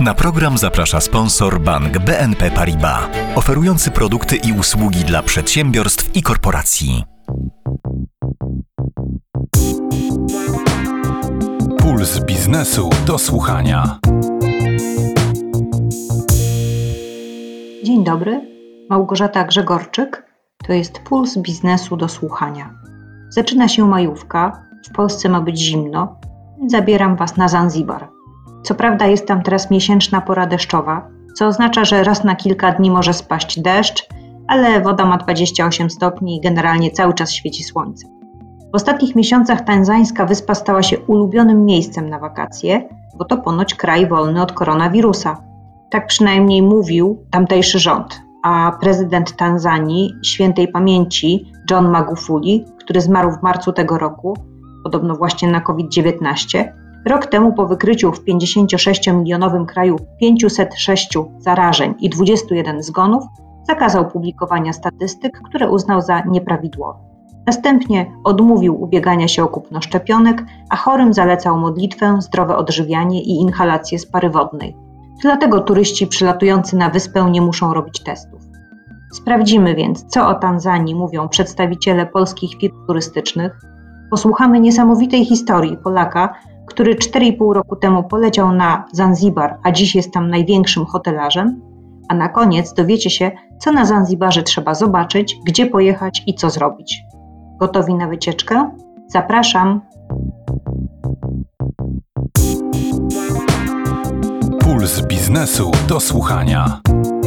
Na program zaprasza sponsor bank BNP Paribas, oferujący produkty i usługi dla przedsiębiorstw i korporacji. Puls biznesu do słuchania. Dzień dobry, Małgorzata Grzegorczyk. To jest Puls biznesu do słuchania. Zaczyna się majówka, w Polsce ma być zimno, więc zabieram Was na Zanzibar. Co prawda jest tam teraz miesięczna pora deszczowa, co oznacza, że raz na kilka dni może spaść deszcz, ale woda ma 28 stopni i generalnie cały czas świeci słońce. W ostatnich miesiącach tanzańska wyspa stała się ulubionym miejscem na wakacje, bo to ponoć kraj wolny od koronawirusa. Tak przynajmniej mówił tamtejszy rząd, a prezydent Tanzanii, świętej pamięci John Magufuli, który zmarł w marcu tego roku, podobno właśnie na COVID-19, rok temu po wykryciu w 56-milionowym kraju 506 zarażeń i 21 zgonów, zakazał publikowania statystyk, które uznał za nieprawidłowe. Następnie odmówił ubiegania się o kupno szczepionek, a chorym zalecał modlitwę, zdrowe odżywianie i inhalację z pary wodnej. Dlatego turyści przylatujący na wyspę nie muszą robić testów. Sprawdzimy więc, co o Tanzanii mówią przedstawiciele polskich firm turystycznych. Posłuchamy niesamowitej historii Polaka, który 4,5 roku temu poleciał na Zanzibar, a dziś jest tam największym hotelarzem. A na koniec dowiecie się, co na Zanzibarze trzeba zobaczyć, gdzie pojechać i co zrobić. Gotowi na wycieczkę? Zapraszam! Puls biznesu do słuchania.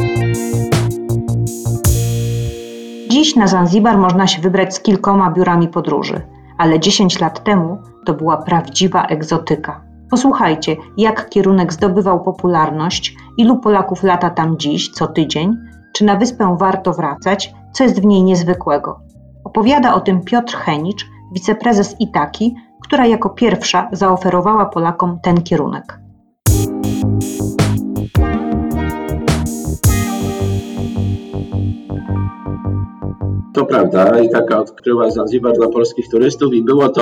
Dziś na Zanzibar można się wybrać z kilkoma biurami podróży, ale 10 lat temu to była prawdziwa egzotyka. Posłuchajcie, jak kierunek zdobywał popularność, ilu Polaków lata tam dziś, co tydzień, czy na wyspę warto wracać, co jest w niej niezwykłego. Opowiada o tym Piotr Henicz, wiceprezes Itaki, która jako pierwsza zaoferowała Polakom ten kierunek. To prawda, Itaka odkryła Zanzibar dla polskich turystów i było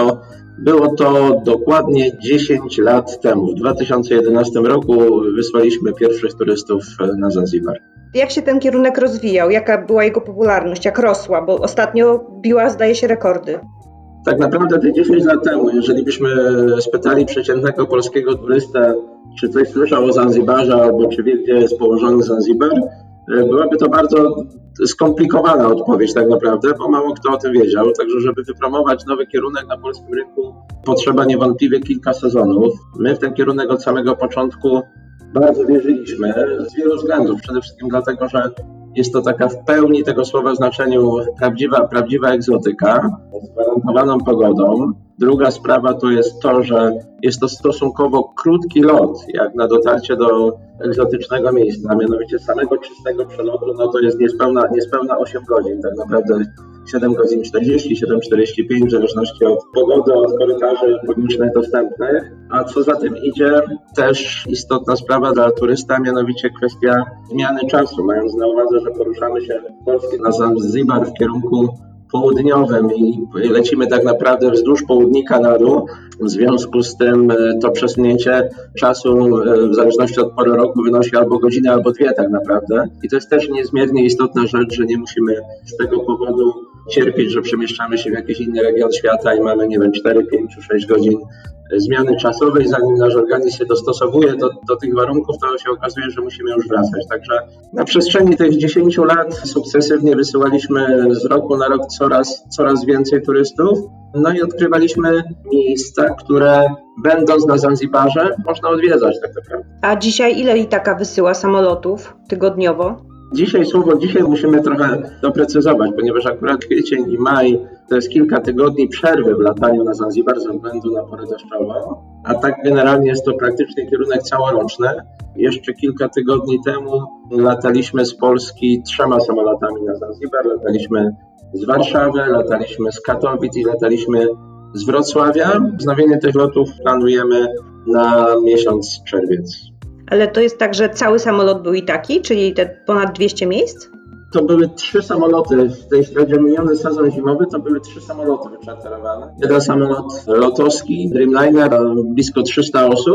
to dokładnie 10 lat temu. W 2011 roku wysłaliśmy pierwszych turystów na Zanzibar. Jak się ten kierunek rozwijał? Jaka była jego popularność? Jak rosła? Bo ostatnio biła, zdaje się, rekordy. Tak naprawdę te 10 lat temu, jeżeli byśmy spytali przeciętnego polskiego turystę, czy coś słyszał o Zanzibarze albo czy wie, gdzie jest położony Zanzibar, byłaby to bardzo skomplikowana odpowiedź tak naprawdę, bo mało kto o tym wiedział. Także żeby wypromować nowy kierunek na polskim rynku, potrzeba niewątpliwie kilka sezonów. My w ten kierunek od samego początku bardzo wierzyliśmy z wielu względów. Przede wszystkim dlatego, że jest to taka w pełni tego słowa znaczeniu prawdziwa egzotyka z gwarantowaną pogodą. Druga sprawa to jest to, że jest to stosunkowo krótki lot, jak na dotarcie do egzotycznego miejsca, a mianowicie samego czystego przelotu, no to jest niespełna 8 godzin, tak naprawdę 7 godzin 40, 7:45, w zależności od pogody, od korytarzy publicznych dostępnych. A co za tym idzie, też istotna sprawa dla turysta, mianowicie kwestia zmiany czasu, mając na uwadze, że poruszamy się z Polski na Zanzibar w kierunku południowym i lecimy tak naprawdę wzdłuż południka na dół. W związku z tym to przesunięcie czasu w zależności od pory roku wynosi albo godzinę, albo 2 tak naprawdę. I to jest też niezmiernie istotna rzecz, że nie musimy z tego powodu cierpieć, że przemieszczamy się w jakiś inny region świata i mamy, 4, 5, 6 godzin zmiany czasowej, zanim nasz organizm się dostosowuje do tych warunków, to się okazuje, że musimy już wracać. Także na przestrzeni tych 10 lat sukcesywnie wysyłaliśmy z roku na rok coraz więcej turystów, no i odkrywaliśmy miejsca, które będąc na Zanzibarze można odwiedzać tak naprawdę. A dzisiaj ile Itaka wysyła samolotów tygodniowo? Dzisiaj musimy trochę doprecyzować, ponieważ akurat kwiecień i maj to jest kilka tygodni przerwy w lataniu na Zanzibar ze względu na porę deszczową, a tak generalnie jest to praktycznie kierunek całoroczny. Jeszcze kilka tygodni temu lataliśmy z Polski 3 samolotami na Zanzibar, lataliśmy z Warszawy, lataliśmy z Katowic i lataliśmy z Wrocławia. Wznowienie tych lotów planujemy na miesiąc czerwiec. Ale to jest tak, że cały samolot był Itaki, czyli te ponad 200 miejsc? To były 3 samoloty, jeśli chodzi o miniony sezon zimowy, to były 3 samoloty wyczarterowane. Jeden samolot lotowski, Dreamliner, blisko 300 osób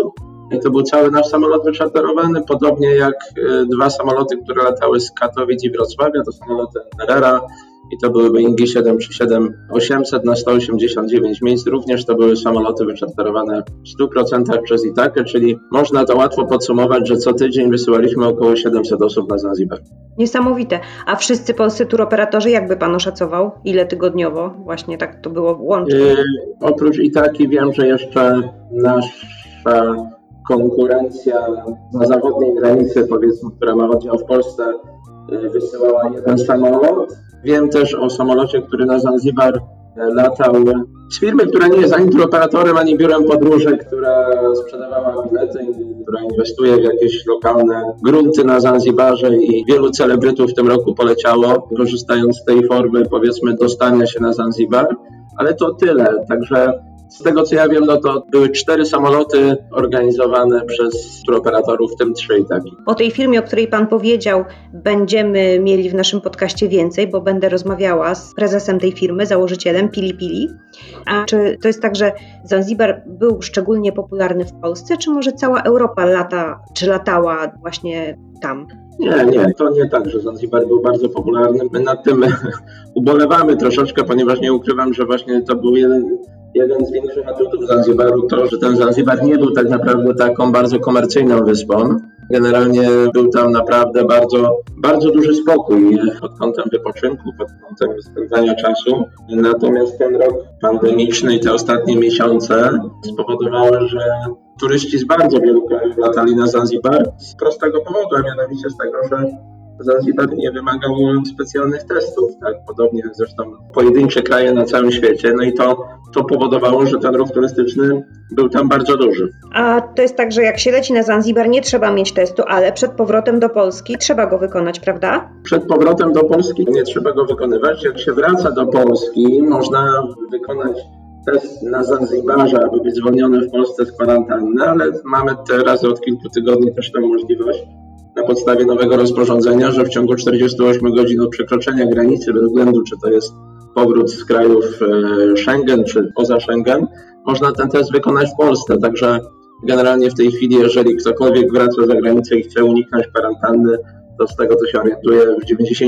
I to był cały nasz samolot wyczarterowany, podobnie jak 2 samoloty, które latały z Katowic i Wrocławia, to samoloty Embraera i to były Boeingi 737-800 na 189 miejsc. Również to były samoloty wyczarterowane w 100% przez Itakę, czyli można to łatwo podsumować, że co tydzień wysyłaliśmy około 700 osób na Zanzibar. Niesamowite. A wszyscy polscy turoperatorzy, jakby pan oszacował? Ile tygodniowo właśnie tak to było łącznie? Oprócz Itaki wiem, że jeszcze nasza konkurencja na zachodniej granicy, powiedzmy, która ma oddział w Polsce, wysyłała 1 samolot. Wiem też o samolocie, który na Zanzibar latał z firmy, która nie jest ani turoperatorem, ani biurem podróży, która sprzedawała bilety, która inwestuje w jakieś lokalne grunty na Zanzibarze i wielu celebrytów w tym roku poleciało, korzystając z tej formy, powiedzmy, dostania się na Zanzibar, ale to tyle. Także z tego co ja wiem, no to były 4 samoloty organizowane przez turoperatorów, w tym 3 Itaki. O tej firmie, o której pan powiedział, będziemy mieli w naszym podcaście więcej, bo będę rozmawiała z prezesem tej firmy, założycielem Pili Pili. A czy to jest tak, że Zanzibar był szczególnie popularny w Polsce, czy może cała Europa latała właśnie tam? Nie, to nie tak, że Zanzibar był bardzo popularny. My nad tym ubolewamy troszeczkę, ponieważ nie ukrywam, że właśnie to był jeden z większych atutów Zanzibaru, to, że ten Zanzibar nie był tak naprawdę taką bardzo komercyjną wyspą. Generalnie był tam naprawdę bardzo, bardzo duży spokój pod kątem wypoczynku, pod kątem spędzania czasu. Natomiast ten rok pandemiczny i te ostatnie miesiące spowodowały, że turyści z bardzo wielu krajów latali na Zanzibar z prostego powodu, a mianowicie z tego, że Zanzibar nie wymagał specjalnych testów, tak? Podobnie jak zresztą pojedyncze kraje na całym świecie. No i to powodowało, że ten ruch turystyczny był tam bardzo duży. A to jest tak, że jak się leci na Zanzibar, nie trzeba mieć testu, ale przed powrotem do Polski trzeba go wykonać, prawda? Przed powrotem do Polski nie trzeba go wykonywać. Jak się wraca do Polski, można wykonać test na Zanzibarze, aby być zwolniony w Polsce z kwarantanny, ale mamy teraz od kilku tygodni też tę możliwość na podstawie nowego rozporządzenia, że w ciągu 48 godzin od przekroczenia granicy, bez względu czy to jest powrót z krajów Schengen czy poza Schengen, można ten test wykonać w Polsce. Także generalnie w tej chwili, jeżeli ktokolwiek wraca za granicę i chce uniknąć kwarantanny, to z tego co się orientuję, w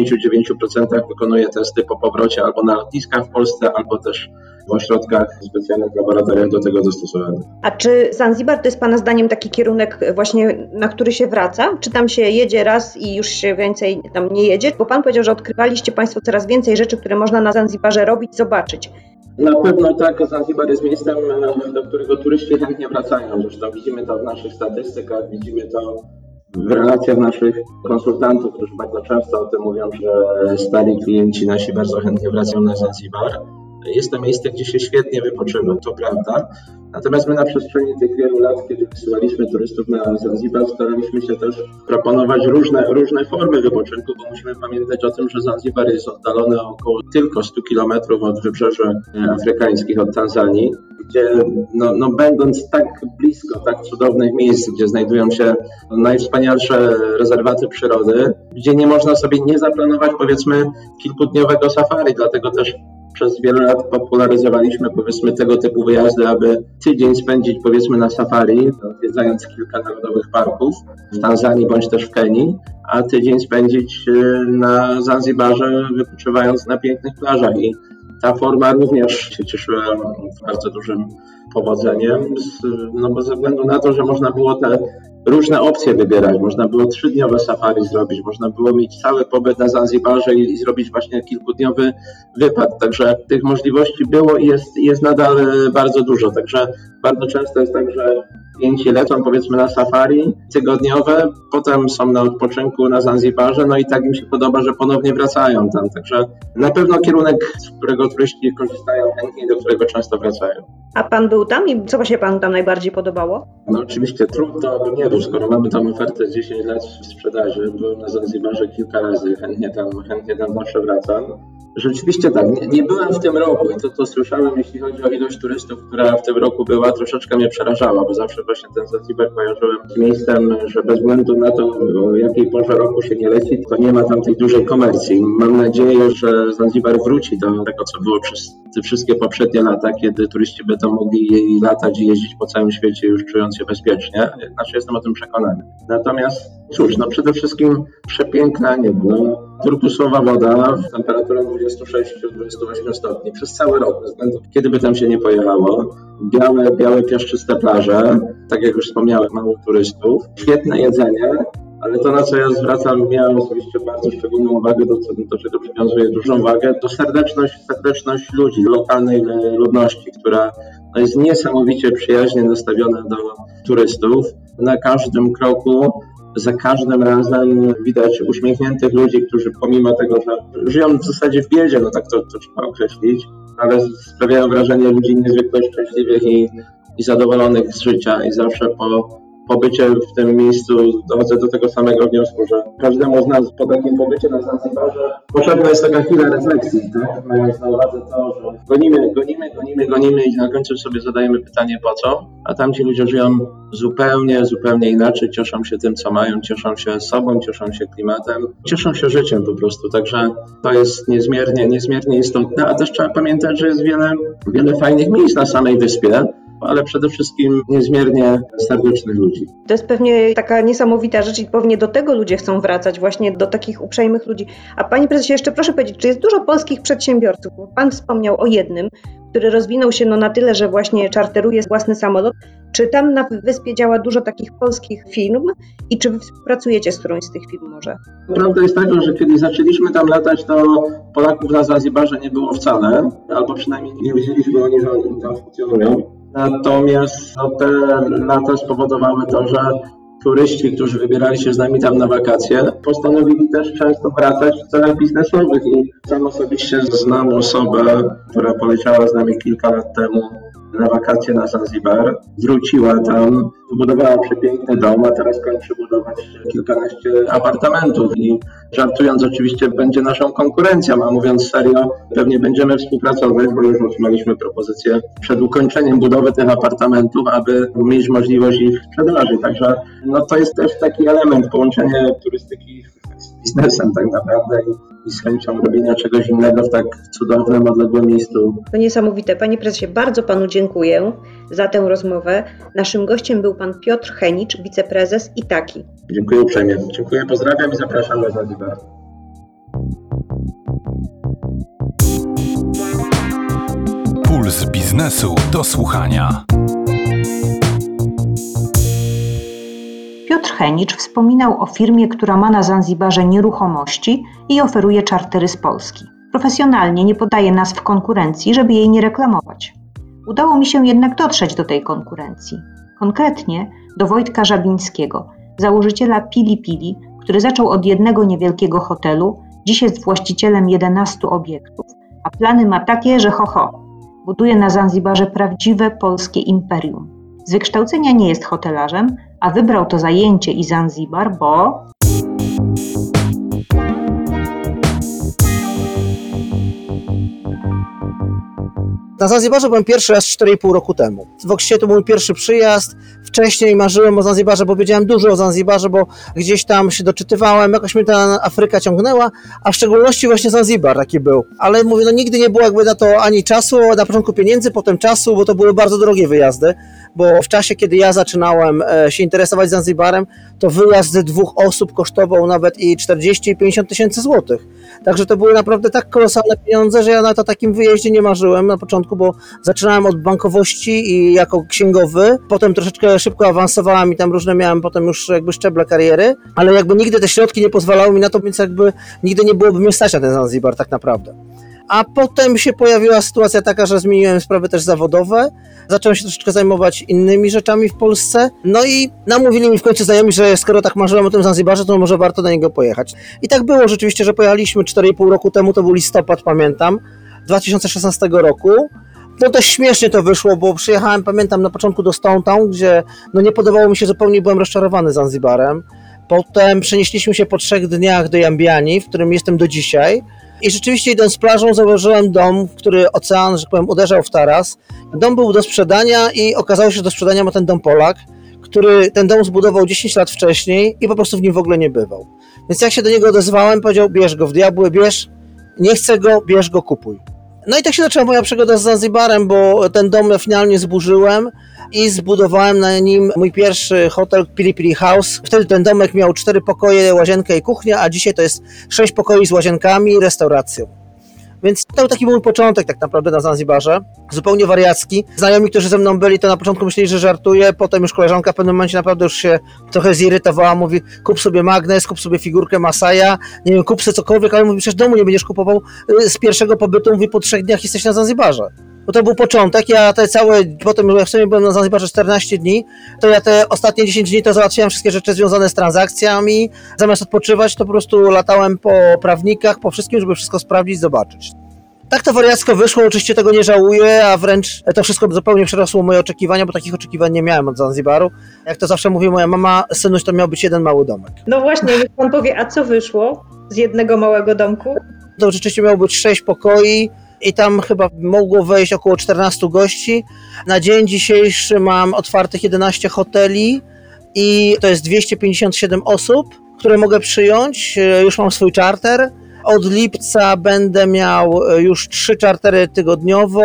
99% wykonuje testy po powrocie albo na lotniskach w Polsce, albo też w ośrodkach specjalnych laboratoriach do tego dostosowanych. A czy Zanzibar to jest pana zdaniem taki kierunek właśnie, na który się wraca? Czy tam się jedzie raz i już się więcej tam nie jedzie? Bo pan powiedział, że odkrywaliście państwo coraz więcej rzeczy, które można na Zanzibarze robić, zobaczyć. Na pewno tak, Zanzibar jest miejscem, do którego turyści chętnie wracają. Zresztą widzimy to w naszych statystykach, widzimy to w relacjach naszych konsultantów, którzy bardzo często o tym mówią, że stali klienci nasi bardzo chętnie wracają na Zanzibar. Jest to miejsce, gdzie się świetnie wypoczywa, to prawda. Natomiast my na przestrzeni tych wielu lat, kiedy wysyłaliśmy turystów na Zanzibar, staraliśmy się też proponować różne formy wypoczynku, bo musimy pamiętać o tym, że Zanzibar jest oddalony około tylko 100 km od wybrzeży afrykańskich, od Tanzanii, gdzie będąc tak blisko, tak cudownych miejsc, gdzie znajdują się najwspanialsze rezerwaty przyrody, gdzie nie można sobie nie zaplanować, powiedzmy, kilkudniowego safari, dlatego też przez wiele lat popularyzowaliśmy, powiedzmy, tego typu wyjazdy, aby tydzień spędzić, powiedzmy, na safari, odwiedzając kilka narodowych parków w Tanzanii bądź też w Kenii, a tydzień spędzić na Zanzibarze, wypoczywając na pięknych plażach. I ta forma również się cieszyła bardzo dużym powodzeniem, bo ze względu na to, że można było te różne opcje wybierać. Można było 3-dniowe safari zrobić, można było mieć cały pobyt na Zanzibarze i zrobić właśnie kilkudniowy wypad. Także tych możliwości było i jest nadal bardzo dużo. Także bardzo często jest tak, że klienci lecą, powiedzmy, na safari tygodniowe, potem są na odpoczynku na Zanzibarze, no i tak im się podoba, że ponownie wracają tam. Także na pewno kierunek, z którego turyści korzystają chętnie, do którego często wracają. A pan był tam i co się panu tam najbardziej podobało? No oczywiście trudno by nie był, skoro mamy tam ofertę z 10 lat w sprzedaży. Byłem na Zanzibarze kilka razy, chętnie tam zawsze wracam. Rzeczywiście tak, nie byłem w tym roku i to słyszałem, jeśli chodzi o ilość turystów, która w tym roku była, troszeczkę mnie przerażała, bo zawsze właśnie ten Zanzibar kojarzyłem z miejscem, że bez względu na to, o jakiej porze roku się nie leci, to nie ma tam tej dużej komercji. Mam nadzieję, że Zanzibar wróci do tego, co było przez te wszystkie poprzednie lata, kiedy turyści będą mogli latać i jeździć po całym świecie już czując się bezpiecznie. Znaczy jestem o tym przekonany. Natomiast cóż, przede wszystkim przepiękna niebo, turkusowa woda z temperaturą 26-28 stopni przez cały rok, bez względu kiedy by tam się nie pojechało. Białe, piaszczyste plaże, tak jak już wspomniałem, mało turystów. Świetne jedzenie, ale to, na co ja miałem osobiście bardzo szczególną uwagę, do czego przywiązuję dużą wagę, to serdeczność ludzi, lokalnej ludności, która jest niesamowicie przyjaźnie nastawiona do turystów. Na każdym kroku, za każdym razem widać uśmiechniętych ludzi, którzy pomimo tego, że żyją w zasadzie w biedzie, tak to trzeba określić, ale sprawiają wrażenie ludzi niezwykle szczęśliwych i zadowolonych z życia i zawsze po pobycie w tym miejscu dochodzę do tego samego wniosku, że każdemu z nas po takim pobycie na Zanzibarze potrzebna jest taka chwila refleksji, tak? Mając na uwadze to, że gonimy i na końcu sobie zadajemy pytanie po co, a tamci ludzie żyją zupełnie inaczej, cieszą się tym, co mają, cieszą się sobą, cieszą się klimatem, cieszą się życiem po prostu, także to jest niezmiernie istotne, a też trzeba pamiętać, że jest wiele fajnych miejsc na samej wyspie, ale przede wszystkim niezmiernie serdecznych ludzi. To jest pewnie taka niesamowita rzecz i pewnie do tego ludzie chcą wracać, właśnie do takich uprzejmych ludzi. A Panie Prezesie, jeszcze proszę powiedzieć, czy jest dużo polskich przedsiębiorców? Bo Pan wspomniał o jednym, który rozwinął się na tyle, że właśnie czarteruje własny samolot. Czy tam na wyspie działa dużo takich polskich firm i czy wy współpracujecie z którąś z tych firm może? Prawda jest taka, że kiedy zaczęliśmy tam latać, to Polaków na Zanzibarze nie było wcale, albo przynajmniej nie wiedzieliśmy oni, że oni tam funkcjonują. Natomiast te lata spowodowały to, że turyści, którzy wybierali się z nami tam na wakacje, postanowili też często wracać w celach biznesowych i sam osobiście znam osobę, która poleciała z nami kilka lat temu na wakacje na Zanzibar, wróciła tam, wybudowała przepiękny dom, a teraz kończy budować kilkanaście apartamentów i żartując oczywiście będzie naszą konkurencją, a mówiąc serio, pewnie będziemy współpracować, bo już otrzymaliśmy propozycję przed ukończeniem budowy tych apartamentów, aby mieć możliwość ich sprzedaży. Także to jest też taki element połączenia turystyki z biznesem tak naprawdę i z chęcią robienia czegoś innego w tak cudownym, odległym miejscu. To niesamowite. Panie Prezesie, bardzo Panu dziękuję za tę rozmowę. Naszym gościem był Pan Piotr Henicz, wiceprezes Itaki. Dziękuję uprzejmie. Dziękuję, pozdrawiam i zapraszam na Zanzibar. Puls biznesu do słuchania. Piotr Henicz wspominał o firmie, która ma na Zanzibarze nieruchomości i oferuje czartery z Polski. Profesjonalnie nie podaje nazw konkurencji, żeby jej nie reklamować. Udało mi się jednak dotrzeć do tej konkurencji. Konkretnie do Wojtka Żabińskiego, założyciela Pili Pili, który zaczął od jednego niewielkiego hotelu, dziś jest właścicielem 11 obiektów, a plany ma takie, że buduje na Zanzibarze prawdziwe polskie imperium. Z wykształcenia nie jest hotelarzem, a wybrał to zajęcie i Zanzibar, bo... Na Zanzibarze byłem pierwszy raz 4,5 roku temu. Właściwie to był mój pierwszy przyjazd. Wcześniej marzyłem o Zanzibarze, bo wiedziałem dużo o Zanzibarze, bo gdzieś tam się doczytywałem, jakoś mnie ta Afryka ciągnęła, a w szczególności właśnie Zanzibar taki był. Ale mówię, nigdy nie było jakby na to ani czasu, na początku pieniędzy, potem czasu, bo to były bardzo drogie wyjazdy, bo w czasie, kiedy ja zaczynałem się interesować Zanzibarem, to wyjazd ze 2 osób kosztował nawet i 40 i 50 tysięcy złotych. Także to były naprawdę tak kolosalne pieniądze, że ja na to takim wyjeździe nie marzyłem na początku, bo zaczynałem od bankowości i jako księgowy, potem troszeczkę szybko awansowałem i tam różne miałem potem już jakby szczeble kariery, ale jakby nigdy te środki nie pozwalały mi na to, więc jakby nigdy nie byłoby mnie stać na ten Zanzibar tak naprawdę. A potem się pojawiła sytuacja taka, że zmieniłem sprawy też zawodowe, zacząłem się troszeczkę zajmować innymi rzeczami w Polsce, no i namówili mi w końcu znajomi, że skoro tak marzyłem o tym Zanzibarze, to może warto na niego pojechać. I tak było rzeczywiście, że pojechaliśmy 4,5 roku temu, to był listopad, pamiętam, 2016 roku. No dość śmiesznie to wyszło, bo przyjechałem, pamiętam, na początku do Stone Town, gdzie nie podobało mi się zupełnie, byłem rozczarowany Zanzibarem. Potem przenieśliśmy się po 3 dniach do Jambiani, w którym jestem do dzisiaj. I rzeczywiście idąc z plażą zauważyłem dom, w który ocean, że tak powiem, uderzał w taras. Dom był do sprzedania i okazało się, że do sprzedania ma ten dom Polak, który ten dom zbudował 10 lat wcześniej i po prostu w nim w ogóle nie bywał. Więc jak się do niego odezwałem, powiedział: bierz go w diabły, bierz, nie chcę go, bierz go, kupuj. No i tak się zaczęła moja przygoda z Zanzibarem, bo ten dom ja finalnie zburzyłem i zbudowałem na nim mój pierwszy hotel Pili Pili House. Wtedy ten domek miał 4 pokoje, łazienkę i kuchnię, a dzisiaj to jest 6 pokoi z łazienkami i restauracją. Więc to był taki mój początek tak naprawdę na Zanzibarze, zupełnie wariacki. Znajomi, którzy ze mną byli, to na początku myśleli, że żartuję, potem już koleżanka w pewnym momencie naprawdę już się trochę zirytowała, mówi: kup sobie magnes, kup sobie figurkę Masaja, nie wiem, kup sobie cokolwiek, ale mówi: przecież domu nie będziesz kupował z pierwszego pobytu, mówi, po 3 dniach jesteś na Zanzibarze. Bo to był początek, ja te całe, potem jak w sumie byłem na Zanzibarze 14 dni, to ja te ostatnie 10 dni to załatwiałem wszystkie rzeczy związane z transakcjami, zamiast odpoczywać to po prostu latałem po prawnikach, po wszystkim, żeby wszystko sprawdzić, zobaczyć. Tak to wariacko wyszło, oczywiście tego nie żałuję, a wręcz to wszystko zupełnie przerosło moje oczekiwania, bo takich oczekiwań nie miałem od Zanzibaru. Jak to zawsze mówi moja mama, synuś, to miał być jeden mały domek. No właśnie, niech pan powie, a co wyszło z jednego małego domku? To rzeczywiście miało być 6 pokoi i tam chyba mogło wejść około 14 gości. Na dzień dzisiejszy mam otwartych 11 hoteli i to jest 257 osób, które mogę przyjąć. Już mam swój czarter. Od lipca będę miał już 3 czartery tygodniowo,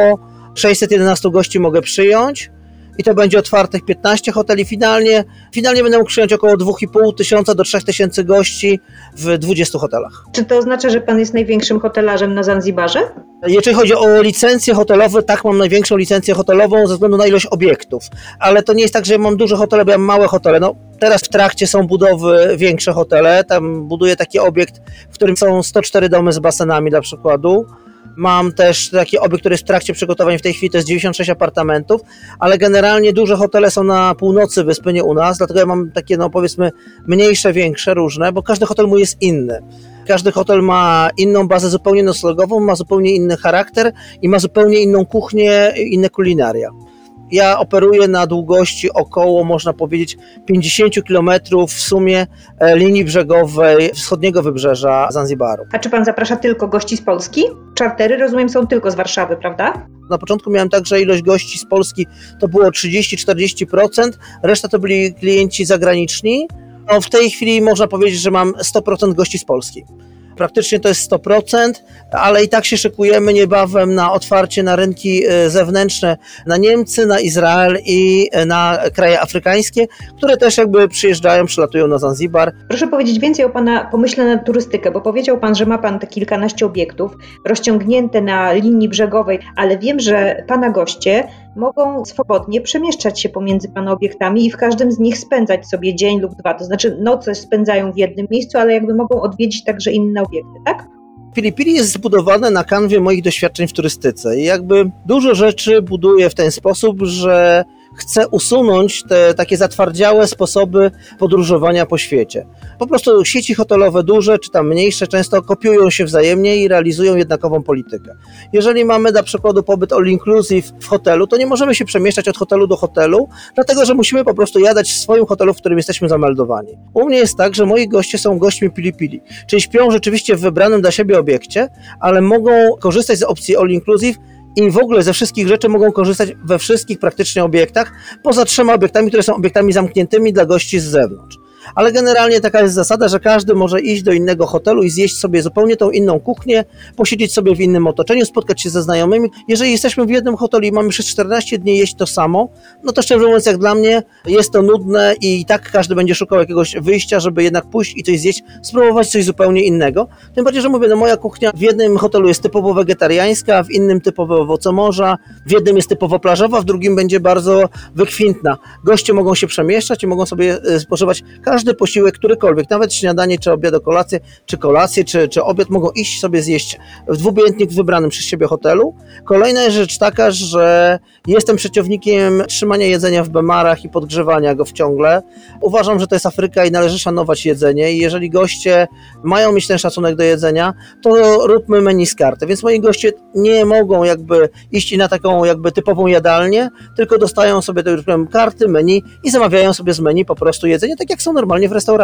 611 gości mogę przyjąć i to będzie otwartych 15 hoteli. Finalnie będę mógł przyjąć około 2500 do 3000 gości w 20 hotelach. Czy to oznacza, że pan jest największym hotelarzem na Zanzibarze? Jeżeli chodzi o licencje hotelowe, tak, mam największą licencję hotelową ze względu na ilość obiektów, ale to nie jest tak, że mam duże hotele, bo ja mam małe hotele. No, teraz w trakcie są budowy większe hotele, tam buduję taki obiekt, w którym są 104 domy z basenami dla przykładu. Mam też taki obiekt, który jest w trakcie przygotowań w tej chwili, to jest 96 apartamentów, ale generalnie duże hotele są na północy wyspy, nie u nas, dlatego ja mam takie, no powiedzmy, mniejsze, większe, różne, bo każdy hotel mój jest inny. Każdy hotel ma inną bazę zupełnie noclegową, ma zupełnie inny charakter i ma zupełnie inną kuchnię, inne kulinaria. Ja operuję na długości około, można powiedzieć, 50 km w sumie linii brzegowej wschodniego wybrzeża Zanzibaru. A czy pan zaprasza tylko gości z Polski? Czartery, rozumiem, są tylko z Warszawy, prawda? Na początku miałem tak, że ilość gości z Polski to było 30-40%, reszta to byli klienci zagraniczni. No, w tej chwili można powiedzieć, że mam 100% gości z Polski. Praktycznie to jest 100%, ale i tak się szykujemy niebawem na otwarcie na rynki zewnętrzne, na Niemcy, na Izrael i na kraje afrykańskie, które też jakby przyjeżdżają, przylatują na Zanzibar. Proszę powiedzieć więcej o pana pomyśle na turystykę, bo powiedział pan, że ma pan te kilkanaście obiektów rozciągnięte na linii brzegowej, ale wiem, że pana goście mogą swobodnie przemieszczać się pomiędzy pana obiektami i w każdym z nich spędzać sobie dzień lub 2, to znaczy noce spędzają w jednym miejscu, ale jakby mogą odwiedzić także inne obiekty, tak? Pili Pili jest zbudowane na kanwie moich doświadczeń w turystyce i jakby dużo rzeczy buduję w ten sposób, że chcę usunąć te takie zatwardziałe sposoby podróżowania po świecie. Po prostu sieci hotelowe duże, czy tam mniejsze, często kopiują się wzajemnie i realizują jednakową politykę. Jeżeli mamy na przykład pobyt all inclusive w hotelu, to nie możemy się przemieszczać od hotelu do hotelu, dlatego że musimy po prostu jadać w swoim hotelu, w którym jesteśmy zameldowani. U mnie jest tak, że moi goście są gośćmi Pili Pili, czyli śpią rzeczywiście w wybranym dla siebie obiekcie, ale mogą korzystać z opcji all inclusive i w ogóle ze wszystkich rzeczy mogą korzystać we wszystkich praktycznie obiektach, poza 3 obiektami, które są obiektami zamkniętymi dla gości z zewnątrz. Ale generalnie taka jest zasada, że każdy może iść do innego hotelu i zjeść sobie zupełnie tą inną kuchnię, posiedzieć sobie w innym otoczeniu, spotkać się ze znajomymi. Jeżeli jesteśmy w jednym hotelu i mamy przez 14 dni jeść to samo, no to szczerze mówiąc, jak dla mnie jest to nudne i tak każdy będzie szukał jakiegoś wyjścia, żeby jednak pójść i coś zjeść, spróbować coś zupełnie innego. Tym bardziej, że mówię, no moja kuchnia w jednym hotelu jest typowo wegetariańska, w innym typowo owoce morza, w jednym jest typowo plażowa, w drugim będzie bardzo wykwintna. Goście mogą się przemieszczać i mogą sobie spożywać każdy posiłek, którykolwiek, nawet śniadanie, czy obiad, kolację, czy obiad, mogą iść sobie zjeść w dwuobojętnie wybranym przez siebie hotelu. Kolejna rzecz taka, że jestem przeciwnikiem trzymania jedzenia w bemarach i podgrzewania go wciągle. Uważam, że to jest Afryka i należy szanować jedzenie i jeżeli goście mają mieć ten szacunek do jedzenia, to róbmy menu z karty, więc moi goście nie mogą jakby iść na taką jakby typową jadalnię, tylko dostają sobie te karty, menu i zamawiają sobie z menu po prostu jedzenie, tak jak są normalnie w restauracji.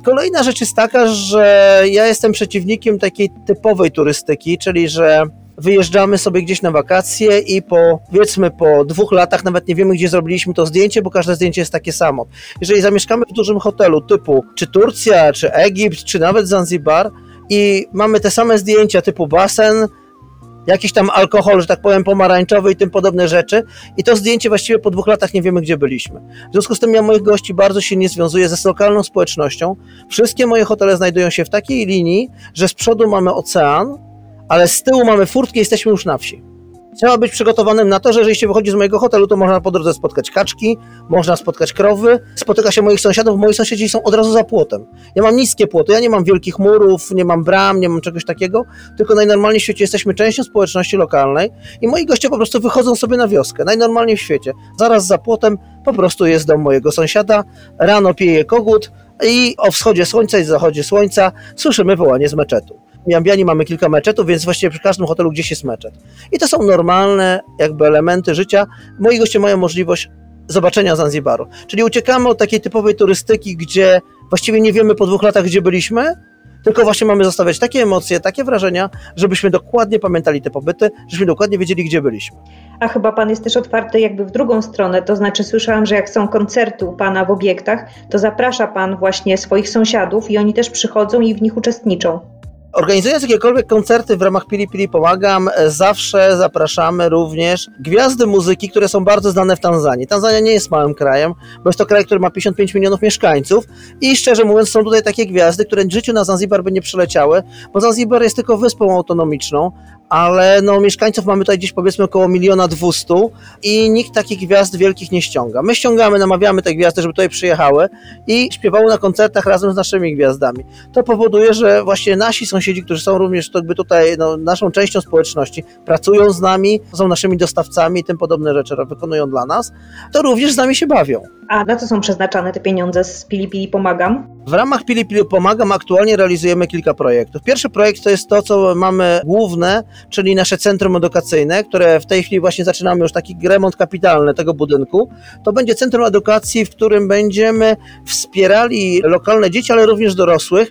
Kolejna rzecz jest taka, że ja jestem przeciwnikiem takiej typowej turystyki, czyli że wyjeżdżamy sobie gdzieś na wakacje i powiedzmy po 2 latach nawet nie wiemy, gdzie zrobiliśmy to zdjęcie, bo każde zdjęcie jest takie samo. Jeżeli zamieszkamy w dużym hotelu typu czy Turcja, czy Egipt, czy nawet Zanzibar i mamy te same zdjęcia typu basen, jakiś tam alkohol, że tak powiem, pomarańczowy i tym podobne rzeczy i to zdjęcie właściwie po 2 latach nie wiemy, gdzie byliśmy. W związku z tym ja moich gości bardzo silnie związuję ze lokalną społecznością. Wszystkie moje hotele znajdują się w takiej linii, że z przodu mamy ocean, ale z tyłu mamy furtkę i jesteśmy już na wsi. Trzeba być przygotowanym na to, że jeżeli się wychodzi z mojego hotelu, to można po drodze spotkać kaczki, można spotkać krowy, spotyka się moich sąsiadów, moi sąsiedzi są od razu za płotem. Ja mam niskie płoty, ja nie mam wielkich murów, nie mam bram, nie mam czegoś takiego, tylko najnormalniej w świecie jesteśmy częścią społeczności lokalnej i moi goście po prostu wychodzą sobie na wioskę, najnormalniej w świecie. Zaraz za płotem po prostu jest dom mojego sąsiada, rano pieje kogut i o wschodzie słońca i zachodzie słońca słyszymy wołanie z meczetu. W Jambiani mamy kilka meczetów, więc właściwie przy każdym hotelu gdzieś jest meczet. I to są normalne jakby elementy życia. Moi goście mają możliwość zobaczenia Zanzibaru. Czyli uciekamy od takiej typowej turystyki, gdzie właściwie nie wiemy po 2 latach, gdzie byliśmy, tylko właśnie mamy zostawiać takie emocje, takie wrażenia, żebyśmy dokładnie pamiętali te pobyty, żebyśmy dokładnie wiedzieli, gdzie byliśmy. A chyba pan jest też otwarty jakby w drugą stronę, to znaczy słyszałam, że jak są koncerty u pana w obiektach, to zaprasza pan właśnie swoich sąsiadów i oni też przychodzą i w nich uczestniczą. Organizując jakiekolwiek koncerty w ramach Pili Pili Pomagam, zawsze zapraszamy również gwiazdy muzyki, które są bardzo znane w Tanzanii. Tanzania nie jest małym krajem, bo jest to kraj, który ma 55 milionów mieszkańców i szczerze mówiąc są tutaj takie gwiazdy, które w życiu na Zanzibar by nie przyleciały, bo Zanzibar jest tylko wyspą autonomiczną, ale no mieszkańców mamy tutaj gdzieś powiedzmy około 1,2 miliona i nikt takich gwiazd wielkich nie ściąga. My ściągamy, namawiamy te gwiazdy, żeby tutaj przyjechały i śpiewały na koncertach razem z naszymi gwiazdami. To powoduje, że właśnie nasi sąsiedzi, którzy są również jakby tutaj naszą częścią społeczności, pracują z nami, są naszymi dostawcami i tym podobne rzeczy wykonują dla nas, to również z nami się bawią. A na co są przeznaczane te pieniądze z Pili Pili Pomagam? W ramach Pili Pili Pomagam aktualnie realizujemy kilka projektów. Pierwszy projekt to jest to, co mamy główne, czyli nasze centrum edukacyjne, które w tej chwili właśnie zaczynamy już taki remont kapitalny tego budynku. To będzie centrum edukacji, w którym będziemy wspierali lokalne dzieci, ale również dorosłych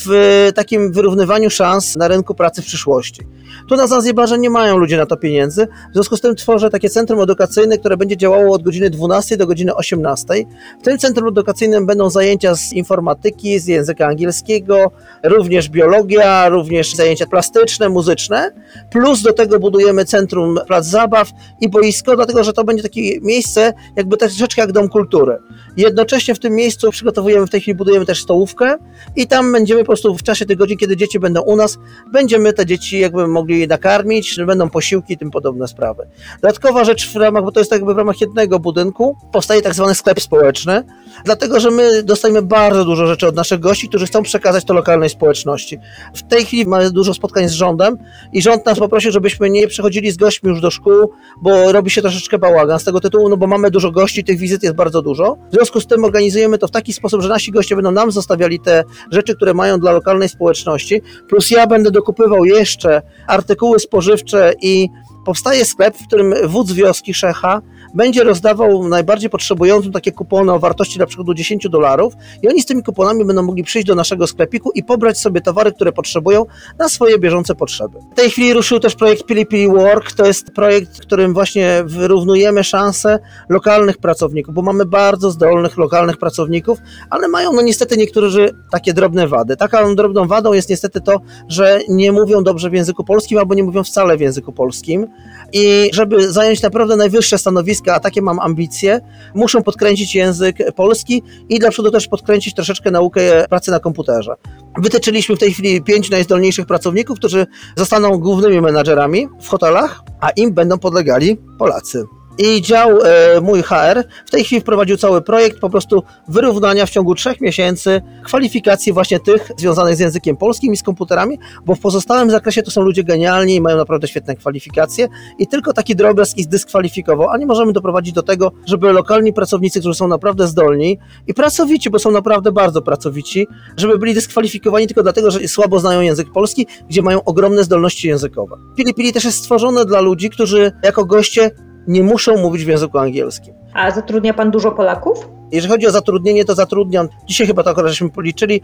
w takim wyrównywaniu szans na rynku pracy w przyszłości. Tu na Zanzibarze nie mają ludzie na to pieniędzy, w związku z tym tworzę takie centrum edukacyjne, które będzie działało od godziny 12 do godziny 18. W tym centrum edukacyjnym będą zajęcia z informatyki, z języka angielskiego, również biologia, również zajęcia plastyczne, muzyczne, plus do tego budujemy centrum plac zabaw i boisko, dlatego że to będzie takie miejsce jakby troszeczkę jak dom kultury. Jednocześnie w tym miejscu przygotowujemy, w tej chwili budujemy też stołówkę i tam będziemy po prostu w czasie tych godzin, kiedy dzieci będą u nas, będziemy te dzieci jakby mogli je nakarmić, będą posiłki i tym podobne sprawy. Dodatkowa rzecz w ramach, bo to jest jakby w ramach jednego budynku, powstaje tak zwany sklep społeczny, dlatego że my dostajemy bardzo dużo rzeczy od naszych gości, którzy chcą przekazać to lokalnej społeczności. W tej chwili mamy dużo spotkań z rządem i rząd nas poprosił, żebyśmy nie przychodzili z gośćmi już do szkół, bo robi się troszeczkę bałagan z tego tytułu, no bo mamy dużo gości, tych wizyt jest bardzo dużo. W związku z tym organizujemy to w taki sposób, że nasi goście będą nam zostawiali te rzeczy, które mają dla lokalnej społeczności, plus ja będę dokupywał jeszcze artykuły spożywcze i powstaje sklep, w którym wódz wioski Szecha będzie rozdawał najbardziej potrzebującym takie kupony o wartości na przykład $10 i oni z tymi kuponami będą mogli przyjść do naszego sklepiku i pobrać sobie towary, które potrzebują na swoje bieżące potrzeby. W tej chwili ruszył też projekt Pili Pili Work, to jest projekt, w którym właśnie wyrównujemy szanse lokalnych pracowników, bo mamy bardzo zdolnych lokalnych pracowników, ale mają no niestety niektórzy takie drobne wady. Taką drobną wadą jest niestety to, że nie mówią dobrze w języku polskim albo nie mówią wcale w języku polskim i żeby zająć naprawdę najwyższe stanowiska, a takie mam ambicje, muszą podkręcić język polski i dla przodu też podkręcić troszeczkę naukę pracy na komputerze. Wytyczyliśmy w tej chwili 5 najzdolniejszych pracowników, którzy zostaną głównymi menadżerami w hotelach, a im będą podlegali Polacy. I dział mój HR w tej chwili wprowadził cały projekt po prostu wyrównania w ciągu 3 miesięcy kwalifikacji właśnie tych związanych z językiem polskim i z komputerami, bo w pozostałym zakresie to są ludzie genialni i mają naprawdę świetne kwalifikacje i tylko taki drobiazg ich dyskwalifikował, a nie możemy doprowadzić do tego, żeby lokalni pracownicy, którzy są naprawdę zdolni i pracowici, bo są naprawdę bardzo pracowici, żeby byli dyskwalifikowani tylko dlatego, że słabo znają język polski, gdzie mają ogromne zdolności językowe. Pili Pili też jest stworzone dla ludzi, którzy jako goście nie muszą mówić w języku angielskim. A zatrudnia pan dużo Polaków? Jeżeli chodzi o zatrudnienie, to zatrudniam, dzisiaj chyba to akurat żeśmy policzyli,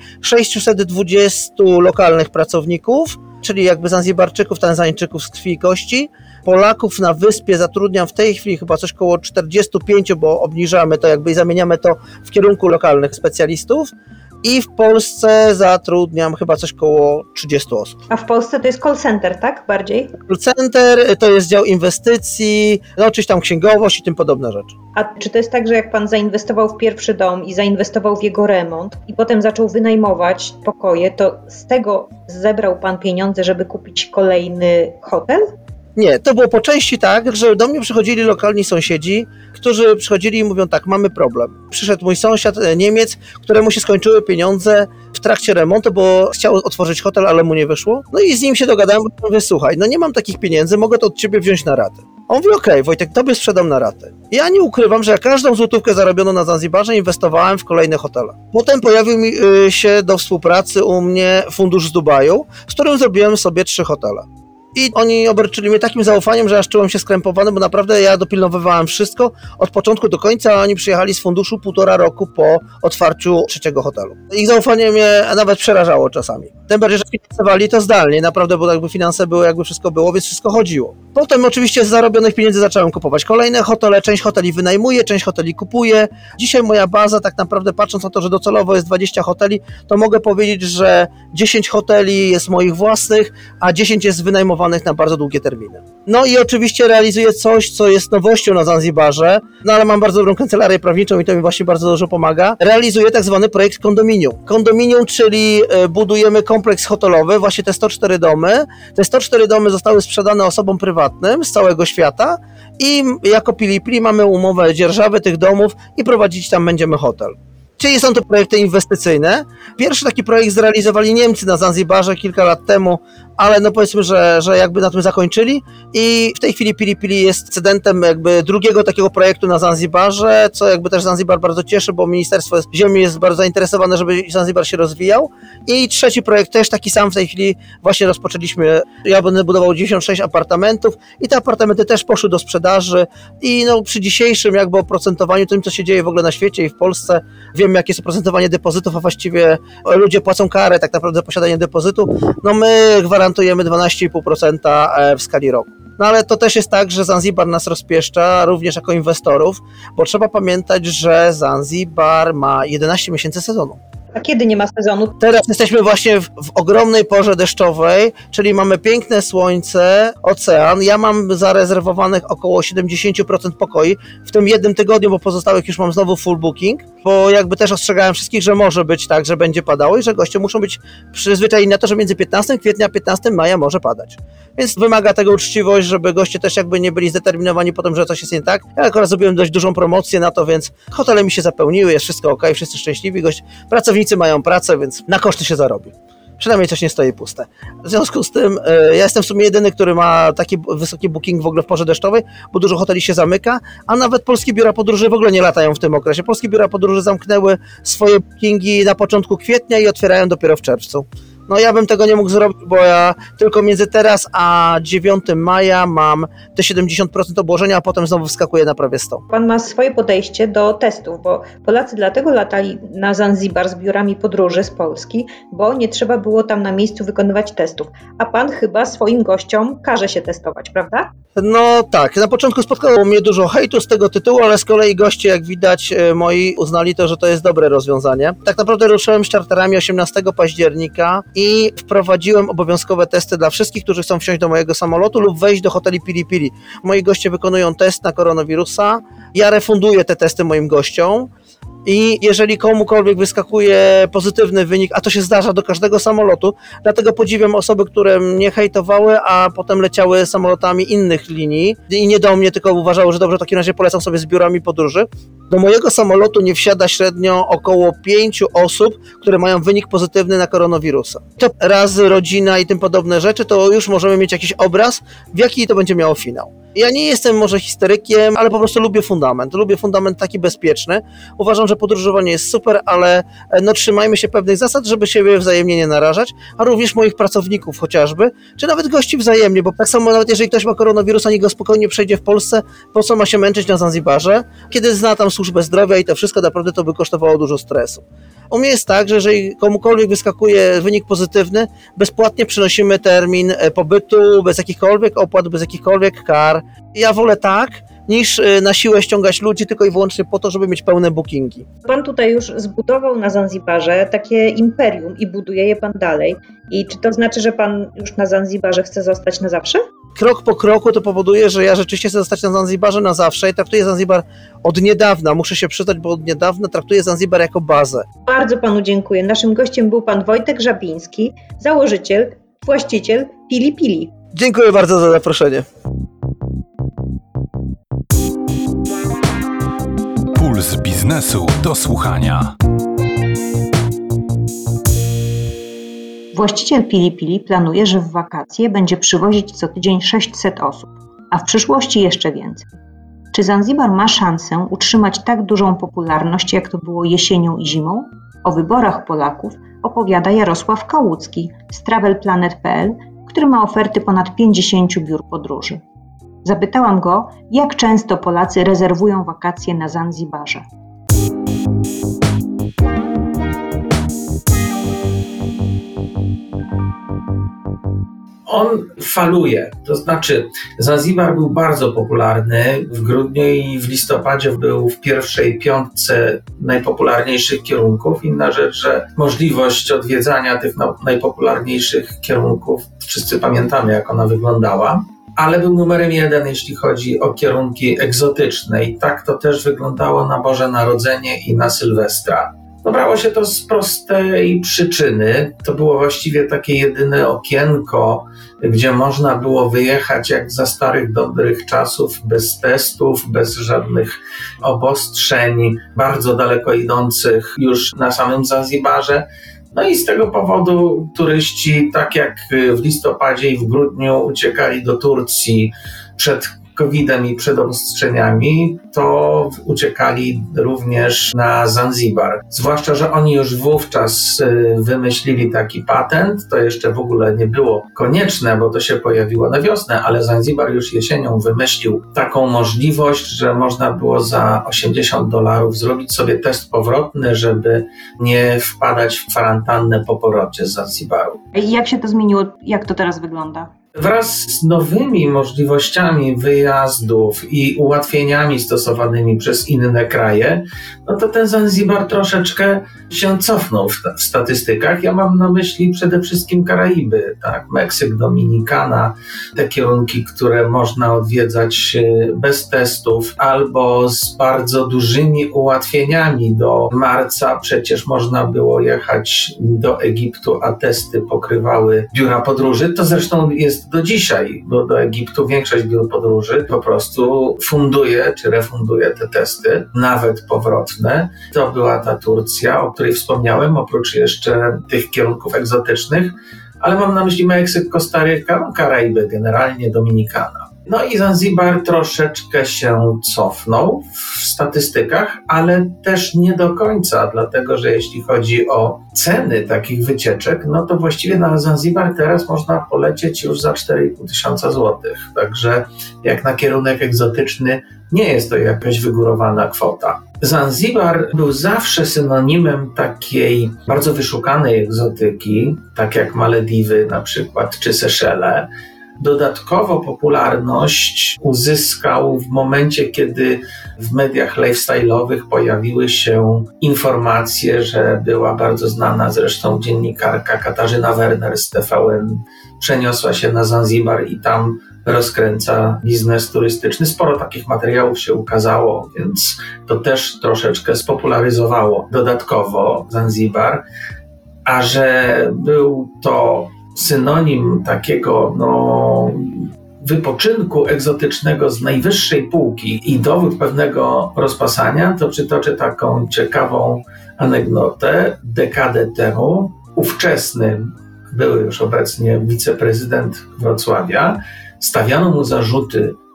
620 lokalnych pracowników, czyli jakby Zanzibarczyków, Tanzańczyków z krwi i kości. Polaków na wyspie zatrudniam w tej chwili chyba coś koło 45, bo obniżamy to jakby i zamieniamy to w kierunku lokalnych specjalistów. I w Polsce zatrudniam chyba coś koło 30 osób. A w Polsce to jest call center, tak? Bardziej? Call center to jest dział inwestycji, oczywiście tam księgowość i tym podobne rzeczy. A czy to jest tak, że jak pan zainwestował w pierwszy dom i zainwestował w jego remont i potem zaczął wynajmować pokoje, to z tego zebrał pan pieniądze, żeby kupić kolejny hotel? Nie, to było po części tak, że do mnie przychodzili lokalni sąsiedzi, którzy przychodzili i mówią tak, mamy problem. Przyszedł mój sąsiad, Niemiec, któremu się skończyły pieniądze w trakcie remontu, bo chciał otworzyć hotel, ale mu nie wyszło. No i z nim się dogadałem, bo mówię, słuchaj, no nie mam takich pieniędzy, mogę to od ciebie wziąć na ratę. On mówi, okej, Wojtek, tobie sprzedam na ratę. Ja nie ukrywam, że ja każdą złotówkę zarobioną na Zanzibarze inwestowałem w kolejne hotele. Potem pojawił mi się do współpracy u mnie fundusz z Dubaju, z którym zrobiłem sobie 3 hotele. I oni obarczyli mnie takim zaufaniem, że aż czułem się skrępowany, bo naprawdę ja dopilnowywałem wszystko od początku do końca, a oni przyjechali z funduszu 1,5 roku po otwarciu 3. hotelu. Ich zaufanie mnie nawet przerażało czasami. Tym bardziej, że finansowali to zdalnie, naprawdę, bo jakby finanse były, jakby wszystko było, więc wszystko chodziło. Potem oczywiście z zarobionych pieniędzy zacząłem kupować kolejne hotele, część hoteli wynajmuję, część hoteli kupuję. Dzisiaj moja baza, tak naprawdę patrząc na to, że docelowo jest 20 hoteli, to mogę powiedzieć, że 10 hoteli jest moich własnych, a 10 jest wynajmowanych na bardzo długie terminy. No i oczywiście realizuję coś, co jest nowością na Zanzibarze, no ale mam bardzo dobrą kancelarię prawniczą i to mi właśnie bardzo dużo pomaga. Realizuję tak zwany projekt kondominium. Kondominium, czyli budujemy kompleks hotelowy, właśnie te 104 domy. Te 104 domy zostały sprzedane osobom prywatnym z całego świata i jako Pili mamy umowę dzierżawy tych domów i prowadzić tam będziemy hotel. Czyli są to projekty inwestycyjne. Pierwszy taki projekt zrealizowali Niemcy na Zanzibarze kilka lat temu, ale no powiedzmy, że jakby na tym zakończyli i w tej chwili Pili jest cedentem jakby drugiego takiego projektu na Zanzibarze, co jakby też Zanzibar bardzo cieszy, bo Ministerstwo Ziemi jest bardzo zainteresowane, żeby Zanzibar się rozwijał. I trzeci projekt też taki sam w tej chwili właśnie rozpoczęliśmy. Ja będę budował 96 apartamentów i te apartamenty też poszły do sprzedaży i no przy dzisiejszym jakby oprocentowaniu, tym co się dzieje w ogóle na świecie i w Polsce, wiem jakie jest oprocentowanie depozytów, a właściwie ludzie płacą karę tak naprawdę za posiadanie depozytu, no my gwarantujemy 12,5% w skali roku. No ale to też jest tak, że Zanzibar nas rozpieszcza również jako inwestorów, bo trzeba pamiętać, że Zanzibar ma 11 miesięcy sezonu. A kiedy nie ma sezonu? Teraz jesteśmy właśnie w ogromnej porze deszczowej, czyli mamy piękne słońce, ocean. Ja mam zarezerwowanych około 70% pokoi w tym jednym tygodniu, bo pozostałych już mam znowu full booking, bo jakby też ostrzegałem wszystkich, że może być tak, że będzie padało i że goście muszą być przyzwyczajeni na to, że między 15 kwietnia a 15 maja może padać. Więc wymaga tego uczciwość, żeby goście też jakby nie byli zdeterminowani po tym, że coś jest nie tak. Ja akurat zrobiłem dość dużą promocję na to, więc hotele mi się zapełniły, jest wszystko ok, wszyscy szczęśliwi, pracownicy mają pracę, więc na koszty się zarobi. Przynajmniej coś nie stoi puste. W związku z tym ja jestem w sumie jedyny, który ma taki wysoki booking w ogóle w porze deszczowej, bo dużo hoteli się zamyka, a nawet polskie biura podróży w ogóle nie latają w tym okresie. Polskie biura podróży zamknęły swoje bookingi na początku kwietnia i otwierają dopiero w czerwcu. No ja bym tego nie mógł zrobić, bo ja tylko między teraz a 9 maja mam te 70% obłożenia, a potem znowu wskakuję na prawie 100. Pan ma swoje podejście do testów, bo Polacy dlatego latali na Zanzibar z biurami podróży z Polski, bo nie trzeba było tam na miejscu wykonywać testów. A pan chyba swoim gościom każe się testować, prawda? No tak, na początku spotkało mnie dużo hejtu z tego tytułu, ale z kolei goście, jak widać, moi uznali to, że to jest dobre rozwiązanie. Tak naprawdę ruszyłem z czarterami 18 października i wprowadziłem obowiązkowe testy dla wszystkich, którzy chcą wsiąść do mojego samolotu lub wejść do hoteli Pili. Moi goście wykonują test na koronawirusa, ja refunduję te testy moim gościom. I jeżeli komukolwiek wyskakuje pozytywny wynik, a to się zdarza do każdego samolotu, dlatego podziwiam osoby, które mnie hejtowały, a potem leciały samolotami innych linii i nie do mnie, tylko uważały, że dobrze, w takim razie polecam sobie z biurami podróży. Do mojego samolotu nie wsiada średnio około 5 osób, które mają wynik pozytywny na koronawirusa. To razy rodzina i tym podobne rzeczy, to już możemy mieć jakiś obraz, w jaki to będzie miało finał. Ja nie jestem może historykiem, ale po prostu lubię fundament. Lubię fundament taki bezpieczny. Uważam, że podróżowanie jest super, ale trzymajmy się pewnych zasad, żeby siebie wzajemnie nie narażać, a również moich pracowników chociażby, czy nawet gości wzajemnie, bo tak samo nawet jeżeli ktoś ma koronawirusa, niech go spokojnie przejdzie w Polsce, po co ma się męczyć na Zanzibarze, kiedy zna tam służbę zdrowia i to wszystko, naprawdę to by kosztowało dużo stresu. U mnie jest tak, że jeżeli komukolwiek wyskakuje wynik pozytywny, bezpłatnie przynosimy termin pobytu, bez jakichkolwiek opłat, bez jakichkolwiek kar. Ja wolę tak, niż na siłę ściągać ludzi tylko i wyłącznie po to, żeby mieć pełne bookingi. Pan tutaj już zbudował na Zanzibarze takie imperium i buduje je pan dalej. I czy to znaczy, że pan już na Zanzibarze chce zostać na zawsze? Krok po kroku to powoduje, że ja rzeczywiście chcę zostać na Zanzibarze na zawsze i traktuję Zanzibar od niedawna, muszę się przyznać, bo od niedawna traktuję Zanzibar jako bazę. Bardzo panu dziękuję. Naszym gościem był pan Wojtek Żabiński, założyciel, właściciel Pili Pili. Dziękuję bardzo za zaproszenie. Puls biznesu do słuchania. Właściciel Pili Pili planuje, że w wakacje będzie przywozić co tydzień 600 osób, a w przyszłości jeszcze więcej. Czy Zanzibar ma szansę utrzymać tak dużą popularność, jak to było jesienią i zimą? O wyborach Polaków opowiada Jarosław Kałucki z travelplanet.pl, który ma oferty ponad 50 biur podróży. Zapytałam go, jak często Polacy rezerwują wakacje na Zanzibarze. On faluje, to znaczy Zanzibar był bardzo popularny w grudniu i w listopadzie był w pierwszej piątce najpopularniejszych kierunków. Inna rzecz, że możliwość odwiedzania tych najpopularniejszych kierunków, wszyscy pamiętamy, jak ona wyglądała, ale był numerem 1, jeśli chodzi o kierunki egzotyczne i tak to też wyglądało na Boże Narodzenie i na Sylwestra. Brało się to z prostej przyczyny. To było właściwie takie jedyne okienko, gdzie można było wyjechać jak za starych, dobrych czasów, bez testów, bez żadnych obostrzeń, bardzo daleko idących już na samym Zanzibarze. No i z tego powodu turyści, tak jak w listopadzie i w grudniu uciekali do Turcji przed COVID-em i przed obostrzeniami, to uciekali również na Zanzibar. Zwłaszcza, że oni już wówczas wymyślili taki patent, to jeszcze w ogóle nie było konieczne, bo to się pojawiło na wiosnę, ale Zanzibar już jesienią wymyślił taką możliwość, że można było za $80 zrobić sobie test powrotny, żeby nie wpadać w kwarantannę po powrocie z Zanzibaru. I jak się to zmieniło? Jak to teraz wygląda? Wraz z nowymi możliwościami wyjazdów i ułatwieniami stosowanymi przez inne kraje, no to ten Zanzibar troszeczkę się cofnął w statystykach. Ja mam na myśli przede wszystkim Karaiby, tak? Meksyk, Dominikana, te kierunki, które można odwiedzać bez testów albo z bardzo dużymi ułatwieniami. Do marca przecież można było jechać do Egiptu, a testy pokrywały biura podróży. To zresztą jest do dzisiaj, bo do Egiptu większość biur podróży po prostu funduje czy refunduje te testy, nawet powrotne. To była ta Turcja, o której wspomniałem, oprócz jeszcze tych kierunków egzotycznych, ale mam na myśli Meksyk, Kostaryka, Karaiby, generalnie Dominikana. No i Zanzibar troszeczkę się cofnął w statystykach, ale też nie do końca, dlatego że jeśli chodzi o ceny takich wycieczek, no to właściwie na Zanzibar teraz można polecieć już za 4500 złotych. Także jak na kierunek egzotyczny nie jest to jakaś wygórowana kwota. Zanzibar był zawsze synonimem takiej bardzo wyszukanej egzotyki, tak jak Malediwy na przykład, czy Seszele. Dodatkowo popularność uzyskał w momencie, kiedy w mediach lifestyle'owych pojawiły się informacje, że była bardzo znana zresztą dziennikarka Katarzyna Werner z TVN przeniosła się na Zanzibar i tam rozkręca biznes turystyczny. Sporo takich materiałów się ukazało, więc to też troszeczkę spopularyzowało dodatkowo Zanzibar, a że był to synonim takiego wypoczynku egzotycznego z najwyższej półki i dowód pewnego rozpasania, to przytoczę taką ciekawą anegdotę. Dekadę temu ówczesny, były już obecnie wiceprezydent Wrocławia, stawiano mu zarzuty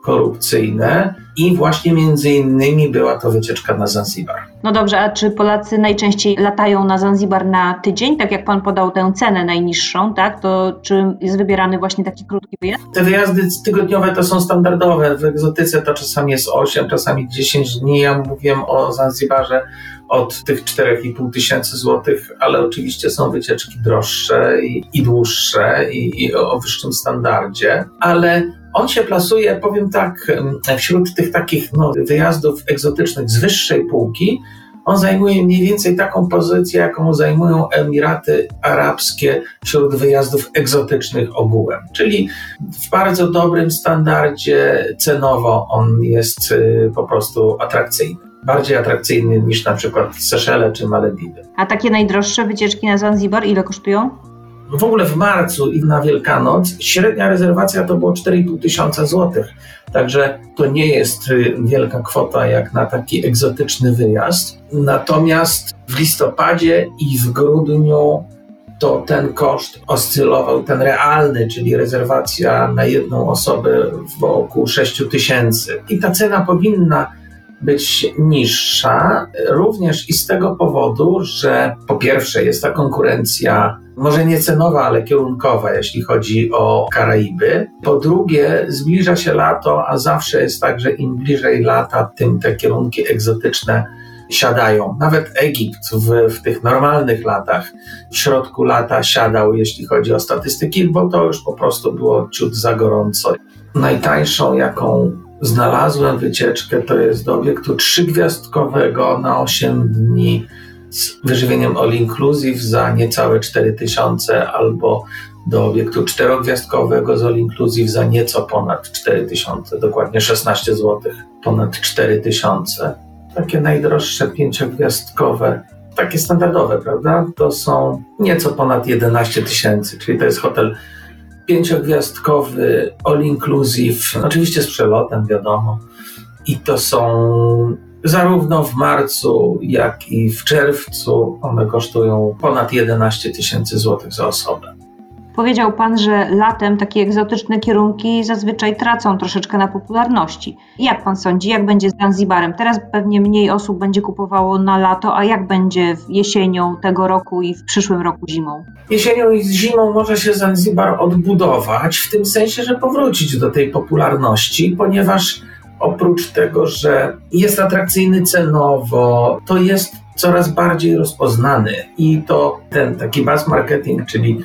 korupcyjne i właśnie między innymi była to wycieczka na Zanzibar. No dobrze, a czy Polacy najczęściej latają na Zanzibar na tydzień, tak jak pan podał tę cenę najniższą, tak? To czy jest wybierany właśnie taki krótki wyjazd? Te wyjazdy tygodniowe to są standardowe. W egzotyce to czasami jest 8, czasami 10 dni. Ja mówiłem o Zanzibarze od tych 4,5 tysięcy złotych, ale oczywiście są wycieczki droższe i dłuższe i o wyższym standardzie, ale on się plasuje, powiem tak, wśród tych takich wyjazdów egzotycznych z wyższej półki. On zajmuje mniej więcej taką pozycję, jaką zajmują Emiraty Arabskie wśród wyjazdów egzotycznych ogółem. Czyli w bardzo dobrym standardzie cenowo on jest po prostu atrakcyjny. Bardziej atrakcyjny niż na przykład Seszele czy Malediwy. A takie najdroższe wycieczki na Zanzibar ile kosztują? W ogóle w marcu i na Wielkanoc średnia rezerwacja to było 4,5 tysiąca złotych. Także to nie jest wielka kwota jak na taki egzotyczny wyjazd. Natomiast w listopadzie i w grudniu to ten koszt oscylował, ten realny, czyli rezerwacja na jedną osobę wokół 6 tysięcy. I ta cena powinna być niższa, również i z tego powodu, że po pierwsze jest ta konkurencja może nie cenowa, ale kierunkowa, jeśli chodzi o Karaiby. Po drugie, zbliża się lato, a zawsze jest tak, że im bliżej lata, tym te kierunki egzotyczne siadają. Nawet Egipt w tych normalnych latach, w środku lata siadał, jeśli chodzi o statystyki, bo to już po prostu było ciut za gorąco. Najtańszą, jaką znalazłem wycieczkę, to jest do obiektu 3-gwiazdkowego na 8 dni z wyżywieniem all inclusive za niecałe 4 tysiące, albo do obiektu 4-gwiazdkowego z all inclusive za nieco ponad 4 tysiące, dokładnie 16 zł, ponad 4 tysiące. Takie najdroższe 5-gwiazdkowe, takie standardowe, prawda? To są nieco ponad 11 tysięcy, czyli to jest hotel 5-gwiazdkowy, all inclusive, oczywiście z przelotem, wiadomo. I to są zarówno w marcu, jak i w czerwcu, one kosztują ponad 11 tysięcy złotych za osobę. Powiedział pan, że latem takie egzotyczne kierunki zazwyczaj tracą troszeczkę na popularności. Jak pan sądzi, jak będzie z Zanzibarem? Teraz pewnie mniej osób będzie kupowało na lato, a jak będzie jesienią tego roku i w przyszłym roku zimą? Jesienią i zimą może się Zanzibar odbudować, w tym sensie, że powrócić do tej popularności, ponieważ oprócz tego, że jest atrakcyjny cenowo, to jest coraz bardziej rozpoznany i to ten taki mass marketing, czyli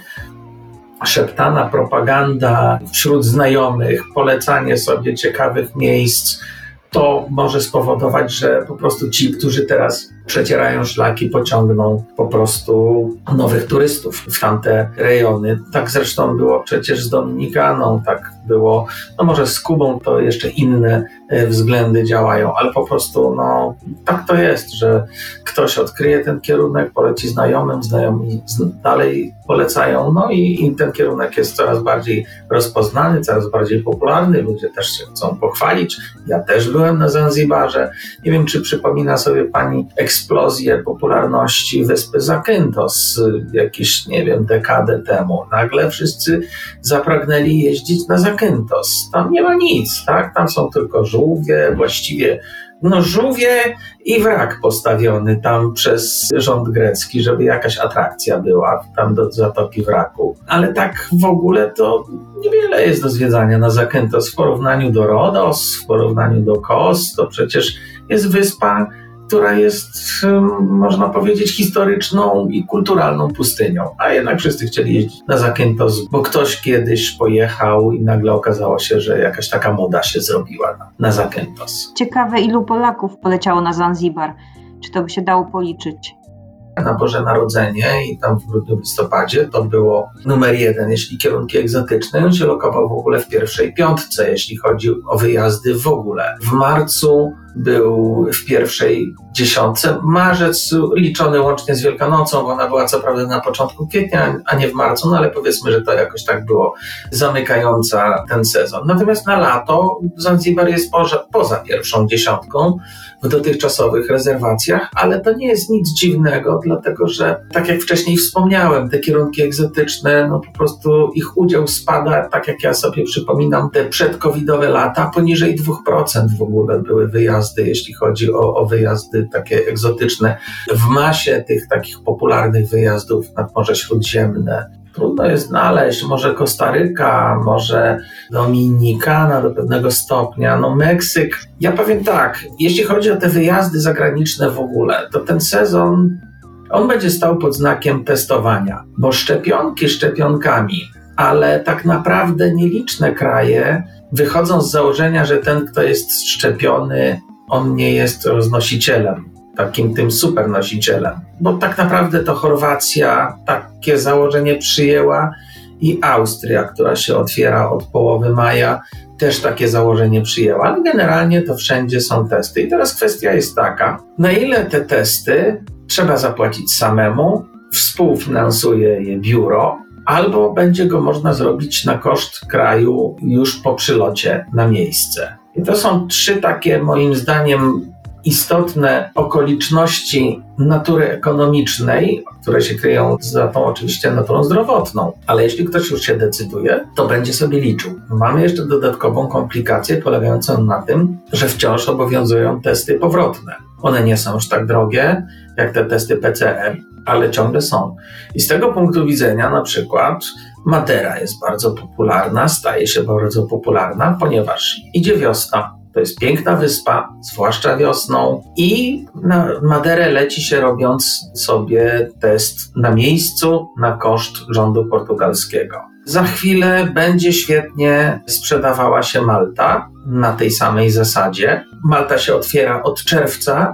szeptana propaganda wśród znajomych, polecanie sobie ciekawych miejsc, to może spowodować, że po prostu ci, którzy teraz przecierają szlaki, pociągną po prostu nowych turystów w tamte rejony. Tak zresztą było przecież z Dominikaną, tak było, no może z Kubą to jeszcze inne względy działają, ale po prostu tak to jest, że ktoś odkryje ten kierunek, poleci znajomym, znajomi dalej polecają, i ten kierunek jest coraz bardziej rozpoznany, coraz bardziej popularny, ludzie też się chcą pochwalić. Ja też byłem na Zanzibarze. Nie wiem, czy przypomina sobie pani eksplozję popularności wyspy Zakynthos jakieś, dekadę temu. Nagle wszyscy zapragnęli jeździć na Zakynthos. Tam nie ma nic, tak? Tam są tylko żółwie, właściwie żółwie i wrak postawiony tam przez rząd grecki, żeby jakaś atrakcja była tam do Zatoki Wraku. Ale tak w ogóle to niewiele jest do zwiedzania na Zakynthos w porównaniu do Rodos, w porównaniu do Kos. To przecież jest wyspa, która jest, można powiedzieć, historyczną i kulturalną pustynią. A jednak wszyscy chcieli jeździć na Zakynthos, bo ktoś kiedyś pojechał i nagle okazało się, że jakaś taka moda się zrobiła na Zakynthos. Ciekawe, ilu Polaków poleciało na Zanzibar? Czy to by się dało policzyć? Na Boże Narodzenie i tam w grudniu, listopadzie to było numer 1, jeśli kierunki egzotyczne. On się lokował w ogóle w pierwszej 5, jeśli chodzi o wyjazdy w ogóle. W marcu był w pierwszej dziesiątce. Marzec liczony łącznie z Wielkanocą, bo ona była co prawda na początku kwietnia, a nie w marcu, no ale powiedzmy, że to jakoś tak było zamykająca ten sezon. Natomiast na lato Zanzibar jest poza pierwszą dziesiątką w dotychczasowych rezerwacjach, ale to nie jest nic dziwnego, dlatego że, tak jak wcześniej wspomniałem, te kierunki egzotyczne, no po prostu ich udział spada, tak jak ja sobie przypominam, te przedcovidowe lata, poniżej 2% w ogóle były wyjazdy, jeśli chodzi o wyjazdy takie egzotyczne. W masie tych takich popularnych wyjazdów nad Morze Śródziemne trudno jest znaleźć, może Kostaryka, może Dominikana do pewnego stopnia, no Meksyk. Ja powiem tak, jeśli chodzi o te wyjazdy zagraniczne w ogóle, to ten sezon, on będzie stał pod znakiem testowania, bo szczepionki szczepionkami, ale tak naprawdę nieliczne kraje wychodzą z założenia, że ten, kto jest szczepiony, on nie jest roznosicielem, takim tym supernosicielem. Bo tak naprawdę to Chorwacja takie założenie przyjęła i Austria, która się otwiera od połowy maja, też takie założenie przyjęła. Ale generalnie to wszędzie są testy. I teraz kwestia jest taka, na ile te testy trzeba zapłacić samemu, współfinansuje je biuro, albo będzie go można zrobić na koszt kraju już po przylocie na miejsce. I to są 3 takie, moim zdaniem, istotne okoliczności natury ekonomicznej, które się kryją za tą oczywiście naturą zdrowotną. Ale jeśli ktoś już się decyduje, to będzie sobie liczył. Mamy jeszcze dodatkową komplikację polegającą na tym, że wciąż obowiązują testy powrotne. One nie są już tak drogie jak te testy PCR, ale ciągle są. I z tego punktu widzenia na przykład Madera jest bardzo popularna, staje się bardzo popularna, ponieważ idzie wiosna. To jest piękna wyspa, zwłaszcza wiosną, i na Maderę leci się robiąc sobie test na miejscu na koszt rządu portugalskiego. Za chwilę będzie świetnie sprzedawała się Malta na tej samej zasadzie. Malta się otwiera od czerwca,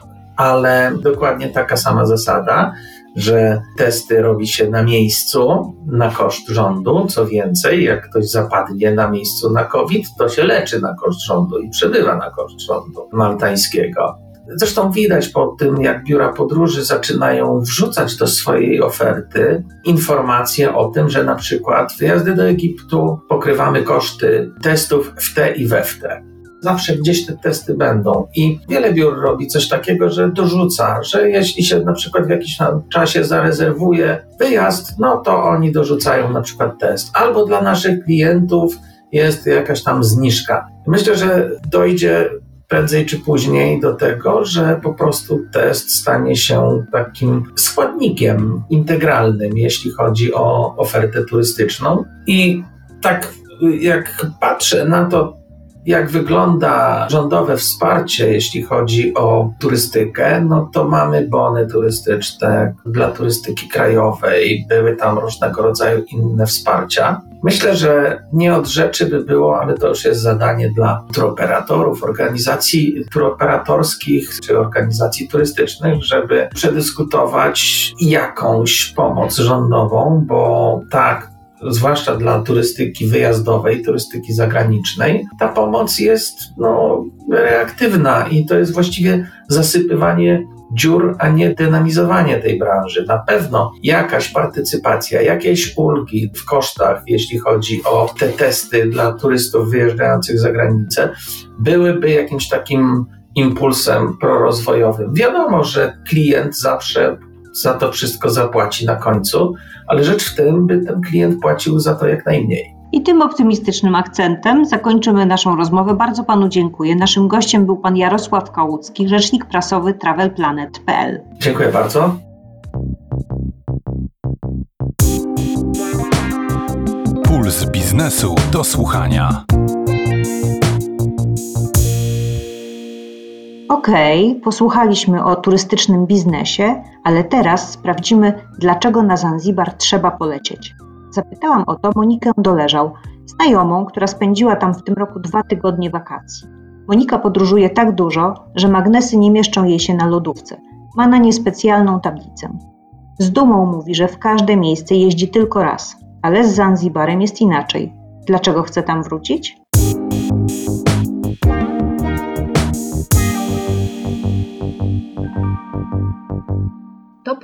ale dokładnie taka sama zasada, że testy robi się na miejscu na koszt rządu. Co więcej, jak ktoś zapadnie na miejscu na COVID, to się leczy na koszt rządu i przebywa na koszt rządu maltańskiego. Zresztą widać po tym, jak biura podróży zaczynają wrzucać do swojej oferty informacje o tym, że na przykład wyjazdy do Egiptu pokrywamy koszty testów w te i we w te. Zawsze gdzieś te testy będą i wiele biur robi coś takiego, że dorzuca, że jeśli się na przykład w jakimś czasie zarezerwuje wyjazd, no to oni dorzucają na przykład test. Albo dla naszych klientów jest jakaś tam zniżka. Myślę, że dojdzie prędzej czy później do tego, że po prostu test stanie się takim składnikiem integralnym, jeśli chodzi o ofertę turystyczną. I tak jak patrzę na to, jak wygląda rządowe wsparcie, jeśli chodzi o turystykę, no to mamy bony turystyczne dla turystyki krajowej, były tam różnego rodzaju inne wsparcia. Myślę, że nie od rzeczy by było, ale to już jest zadanie dla turoperatorów, organizacji turoperatorskich czy organizacji turystycznych, żeby przedyskutować jakąś pomoc rządową, bo tak, zwłaszcza dla turystyki wyjazdowej, turystyki zagranicznej, ta pomoc jest reaktywna i to jest właściwie zasypywanie dziur, a nie dynamizowanie tej branży. Na pewno jakaś partycypacja, jakieś ulgi w kosztach, jeśli chodzi o te testy dla turystów wyjeżdżających za granicę, byłyby jakimś takim impulsem prorozwojowym. Wiadomo, że klient zawsze za to wszystko zapłaci na końcu, ale rzecz w tym, by ten klient płacił za to jak najmniej. I tym optymistycznym akcentem zakończymy naszą rozmowę. Bardzo panu dziękuję. Naszym gościem był pan Jarosław Kałucki, rzecznik prasowy travelplanet.pl. Dziękuję bardzo. Puls biznesu do słuchania. Okej, posłuchaliśmy o turystycznym biznesie, ale teraz sprawdzimy, dlaczego na Zanzibar trzeba polecieć. Zapytałam o to Monikę Doleżał, znajomą, która spędziła tam w tym roku 2 tygodnie wakacji. Monika podróżuje tak dużo, że magnesy nie mieszczą jej się na lodówce. Ma na nie specjalną tablicę. Z dumą mówi, że w każde miejsce jeździ tylko raz, ale z Zanzibarem jest inaczej. Dlaczego chce tam wrócić?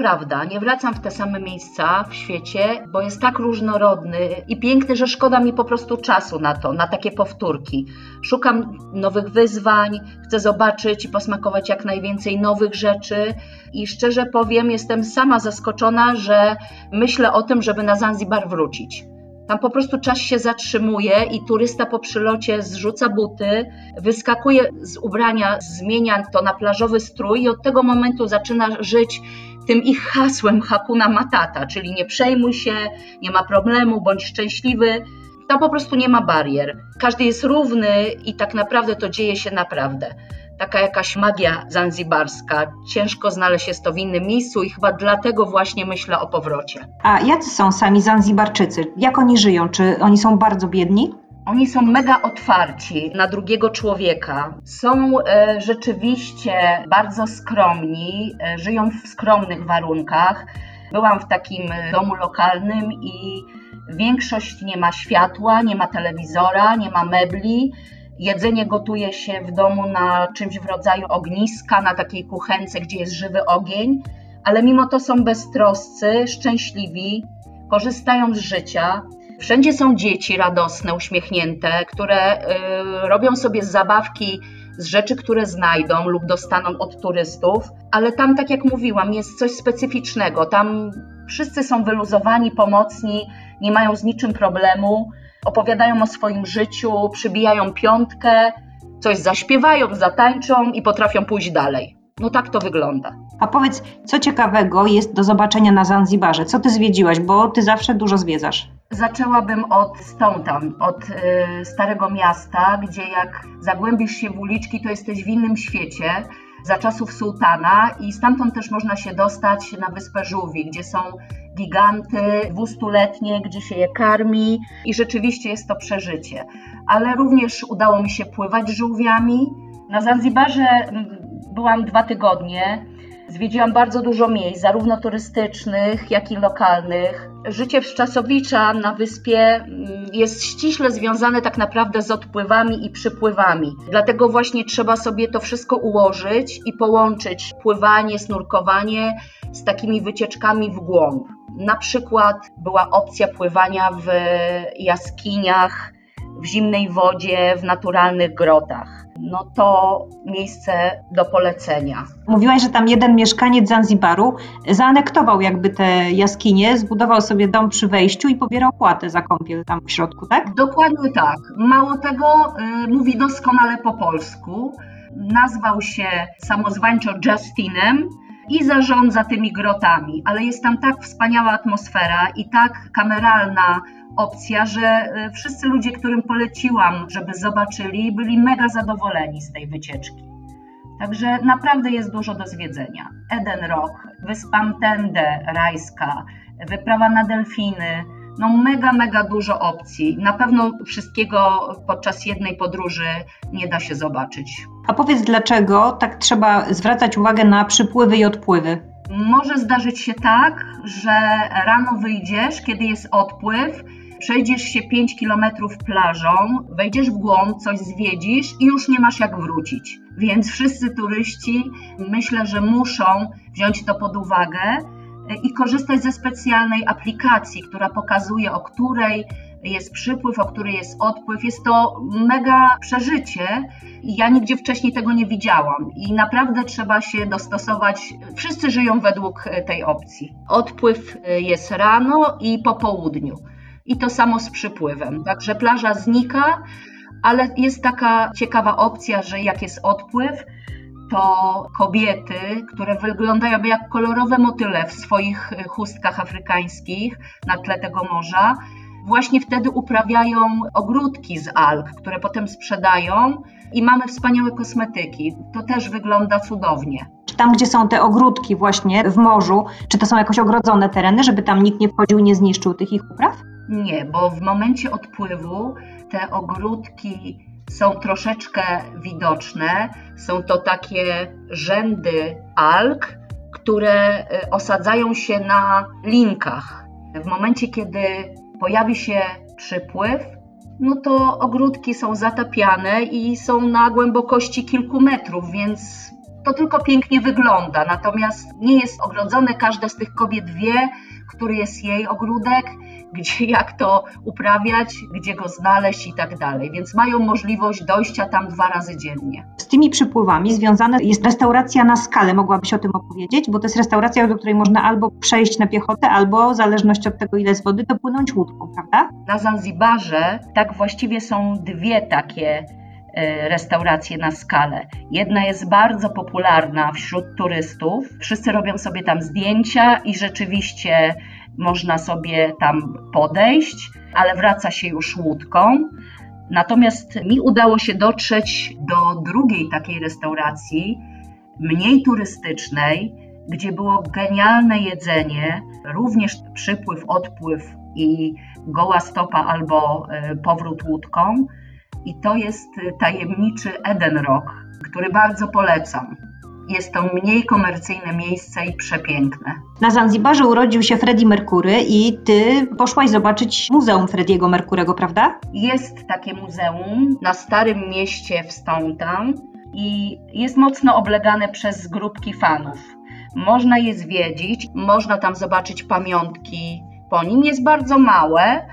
prawda, nie wracam w te same miejsca w świecie, bo jest tak różnorodny i piękny, że szkoda mi po prostu czasu na to, na takie powtórki. Szukam nowych wyzwań, chcę zobaczyć i posmakować jak najwięcej nowych rzeczy i szczerze powiem, jestem sama zaskoczona, że myślę o tym, żeby na Zanzibar wrócić. Tam po prostu czas się zatrzymuje i turysta po przylocie zrzuca buty, wyskakuje z ubrania, zmienia to na plażowy strój i od tego momentu zaczyna żyć tym ich hasłem Hakuna Matata, czyli nie przejmuj się, nie ma problemu, bądź szczęśliwy. Tam po prostu nie ma barier. Każdy jest równy i tak naprawdę to dzieje się naprawdę. Taka jakaś magia zanzibarska. Ciężko znaleźć jest to w innym miejscu i chyba dlatego właśnie myślę o powrocie. A jacy są sami Zanzibarczycy? Jak oni żyją? Czy oni są bardzo biedni? Oni są mega otwarci na drugiego człowieka. Są rzeczywiście bardzo skromni, żyją w skromnych warunkach. Byłam w takim domu lokalnym i większość nie ma światła, nie ma telewizora, nie ma mebli. Jedzenie gotuje się w domu na czymś w rodzaju ogniska, na takiej kuchence, gdzie jest żywy ogień, ale mimo to są beztroscy, szczęśliwi, korzystają z życia. Wszędzie są dzieci radosne, uśmiechnięte, które robią sobie zabawki z rzeczy, które znajdą lub dostaną od turystów, ale tam, tak jak mówiłam, jest coś specyficznego. Tam wszyscy są wyluzowani, pomocni, nie mają z niczym problemu. Opowiadają o swoim życiu, przybijają piątkę, coś zaśpiewają, zatańczą i potrafią pójść dalej. No tak to wygląda. A powiedz, co ciekawego jest do zobaczenia na Zanzibarze? Co ty zwiedziłaś, bo ty zawsze dużo zwiedzasz. Zaczęłabym od Stone Town, od Starego Miasta, gdzie jak zagłębisz się w uliczki, to jesteś w innym świecie, za czasów sułtana i stamtąd też można się dostać na wyspę Żółwi, gdzie są giganty 200-letnie, gdzie się je karmi i rzeczywiście jest to przeżycie. Ale również udało mi się pływać żółwiami. Na Zanzibarze byłam 2 tygodnie, zwiedziłam bardzo dużo miejsc, zarówno turystycznych, jak i lokalnych. Życie Wszczasowicza na wyspie jest ściśle związane tak naprawdę z odpływami i przypływami. Dlatego właśnie trzeba sobie to wszystko ułożyć i połączyć pływanie, snurkowanie z takimi wycieczkami w głąb. Na przykład była opcja pływania w jaskiniach, w zimnej wodzie, w naturalnych grotach. No to miejsce do polecenia. Mówiłaś, że tam jeden mieszkaniec Zanzibaru zaanektował jakby te jaskinie, zbudował sobie dom przy wejściu i pobierał płatę za kąpiel tam w środku, tak? Dokładnie tak. Mało tego, mówi doskonale po polsku. Nazwał się samozwańczo Justinem i zarządza tymi grotami, ale jest tam tak wspaniała atmosfera i tak kameralna opcja, że wszyscy ludzie, którym poleciłam, żeby zobaczyli, byli mega zadowoleni z tej wycieczki. Także naprawdę jest dużo do zwiedzenia. Eden Rock, wyspa Mtende rajska, wyprawa na delfiny, no mega dużo opcji. Na pewno wszystkiego podczas jednej podróży nie da się zobaczyć. A powiedz, dlaczego tak trzeba zwracać uwagę na przypływy i odpływy? Może zdarzyć się tak, że rano wyjdziesz, kiedy jest odpływ, przejdziesz się 5 kilometrów plażą, wejdziesz w głąb, coś zwiedzisz i już nie masz jak wrócić. Więc wszyscy turyści myślę, że muszą wziąć to pod uwagę i korzystać ze specjalnej aplikacji, która pokazuje, o której jest przypływ, o której jest odpływ. Jest to mega przeżycie i ja nigdzie wcześniej tego nie widziałam i naprawdę trzeba się dostosować. Wszyscy żyją według tej opcji. Odpływ jest rano i po południu i to samo z przypływem. Także plaża znika, ale jest taka ciekawa opcja, że jak jest odpływ, to kobiety, które wyglądają jak kolorowe motyle w swoich chustkach afrykańskich na tle tego morza, właśnie wtedy uprawiają ogródki z alg, które potem sprzedają i mamy wspaniałe kosmetyki. To też wygląda cudownie. Czy tam, gdzie są te ogródki właśnie w morzu, czy to są jakoś ogrodzone tereny, żeby tam nikt nie wchodził i nie zniszczył tych ich upraw? Nie, bo w momencie odpływu te ogródki są troszeczkę widoczne. Są to takie rzędy alg, które osadzają się na linkach. W momencie, kiedy pojawi się przypływ, no to ogródki są zatapiane i są na głębokości kilku metrów, więc to tylko pięknie wygląda, natomiast nie jest ogrodzone. Każda z tych kobiet wie, który jest jej ogródek, gdzie, jak to uprawiać, gdzie go znaleźć i tak dalej, więc mają możliwość dojścia tam 2 razy dziennie. Z tymi przypływami związana jest restauracja na skale. Mogłabyś o tym opowiedzieć? Bo to jest restauracja, do której można albo przejść na piechotę, albo w zależności od tego, ile jest wody, dopłynąć łódką, prawda? Na Zanzibarze tak właściwie są 2 takie restauracje na skale. Jedna jest bardzo popularna wśród turystów. Wszyscy robią sobie tam zdjęcia i rzeczywiście można sobie tam podejść, ale wraca się już łódką. Natomiast mi udało się dotrzeć do drugiej takiej restauracji, mniej turystycznej, gdzie było genialne jedzenie, również przypływ, odpływ i goła stopa albo powrót łódką. I to jest tajemniczy Eden Rock, który bardzo polecam. Jest to mniej komercyjne miejsce i przepiękne. Na Zanzibarze urodził się Freddie Mercury i ty poszłaś zobaczyć Muzeum Freddie'ego Mercurego, prawda? Jest takie muzeum na Starym Mieście w Stone Town i jest mocno oblegane przez grupki fanów. Można je zwiedzić, można tam zobaczyć pamiątki po nim. Jest bardzo małe,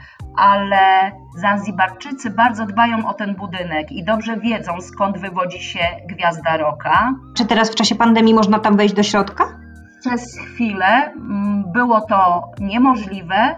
ale Zanzibarczycy bardzo dbają o ten budynek i dobrze wiedzą, skąd wywodzi się gwiazda rocka. Czy teraz w czasie pandemii można tam wejść do środka? Przez chwilę było to niemożliwe,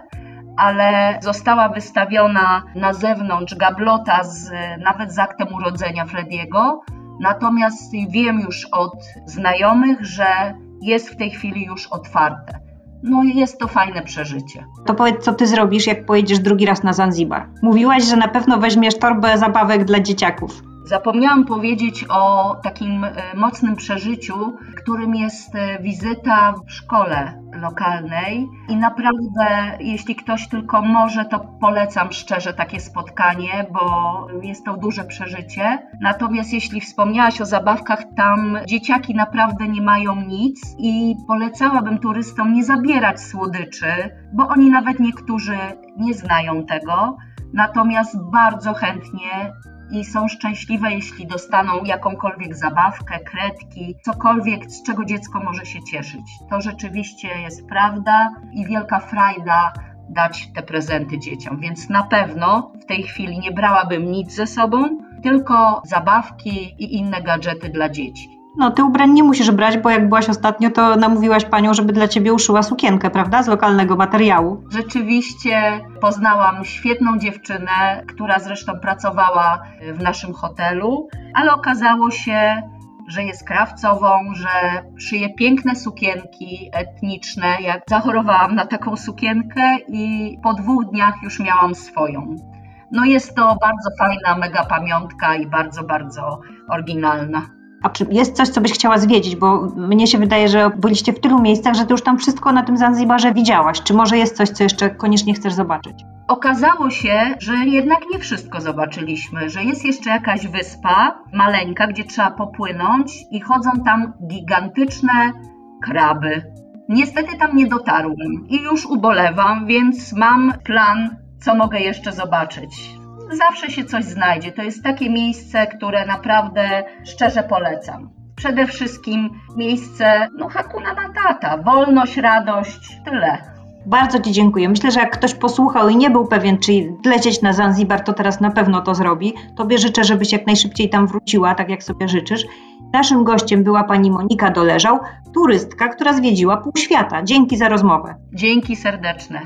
ale została wystawiona na zewnątrz gablota nawet z aktem urodzenia Frediego. Natomiast wiem już od znajomych, że jest w tej chwili już otwarte. No i jest to fajne przeżycie. To powiedz, co ty zrobisz, jak pojedziesz drugi raz na Zanzibar. Mówiłaś, że na pewno weźmiesz torbę zabawek dla dzieciaków. Zapomniałam powiedzieć o takim mocnym przeżyciu, którym jest wizyta w szkole lokalnej i naprawdę, jeśli ktoś tylko może, to polecam szczerze takie spotkanie, bo jest to duże przeżycie. Natomiast jeśli wspomniałaś o zabawkach, tam dzieciaki naprawdę nie mają nic i polecałabym turystom nie zabierać słodyczy, bo oni nawet niektórzy nie znają tego, natomiast bardzo chętnie i są szczęśliwe, jeśli dostaną jakąkolwiek zabawkę, kredki, cokolwiek, z czego dziecko może się cieszyć. To rzeczywiście jest prawda i wielka frajda dać te prezenty dzieciom, więc na pewno w tej chwili nie brałabym nic ze sobą, tylko zabawki i inne gadżety dla dzieci. No, ty ubrań nie musisz brać, bo jak byłaś ostatnio, to namówiłaś panią, żeby dla ciebie uszyła sukienkę, prawda? Z lokalnego materiału. Rzeczywiście poznałam świetną dziewczynę, która zresztą pracowała w naszym hotelu, ale okazało się, że jest krawcową, że szyje piękne sukienki etniczne. Ja zachorowałam na taką sukienkę i po 2 dniach już miałam swoją. No jest to bardzo fajna, mega pamiątka i bardzo, bardzo oryginalna. A czy jest coś, co byś chciała zwiedzić? Bo mnie się wydaje, że byliście w tylu miejscach, że ty już tam wszystko na tym Zanzibarze widziałaś. Czy może jest coś, co jeszcze koniecznie chcesz zobaczyć? Okazało się, że jednak nie wszystko zobaczyliśmy, że jest jeszcze jakaś wyspa maleńka, gdzie trzeba popłynąć i chodzą tam gigantyczne kraby. Niestety tam nie dotarłem i już ubolewam, więc mam plan, co mogę jeszcze zobaczyć. Zawsze się coś znajdzie. To jest takie miejsce, które naprawdę szczerze polecam. Przede wszystkim miejsce, Hakuna Matata, wolność, radość, tyle. Bardzo ci dziękuję. Myślę, że jak ktoś posłuchał i nie był pewien, czy lecieć na Zanzibar, to teraz na pewno to zrobi. Tobie życzę, żebyś jak najszybciej tam wróciła, tak jak sobie życzysz. Naszym gościem była pani Monika Doleżał, turystka, która zwiedziła pół świata. Dzięki za rozmowę. Dzięki serdeczne.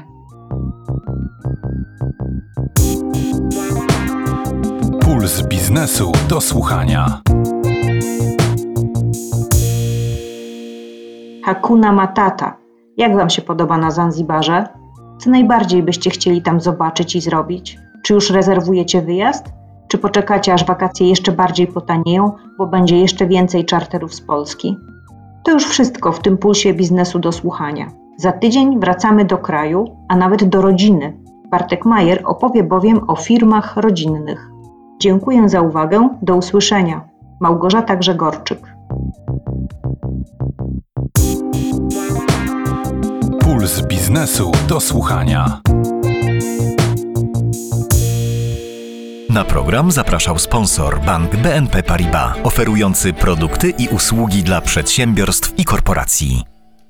Puls biznesu do słuchania. Hakuna Matata. Jak wam się podoba na Zanzibarze? Co najbardziej byście chcieli tam zobaczyć i zrobić? Czy już rezerwujecie wyjazd? Czy poczekacie, aż wakacje jeszcze bardziej potanieją, bo będzie jeszcze więcej czarterów z Polski? To już wszystko w tym pulsie biznesu do słuchania. Za tydzień wracamy do kraju, a nawet do rodziny. Bartek Majer opowie bowiem o firmach rodzinnych. Dziękuję za uwagę. Do usłyszenia. Małgorzata Grzegorczyk. Puls biznesu do słuchania. Na program zapraszał sponsor Bank BNP Paribas, oferujący produkty i usługi dla przedsiębiorstw i korporacji.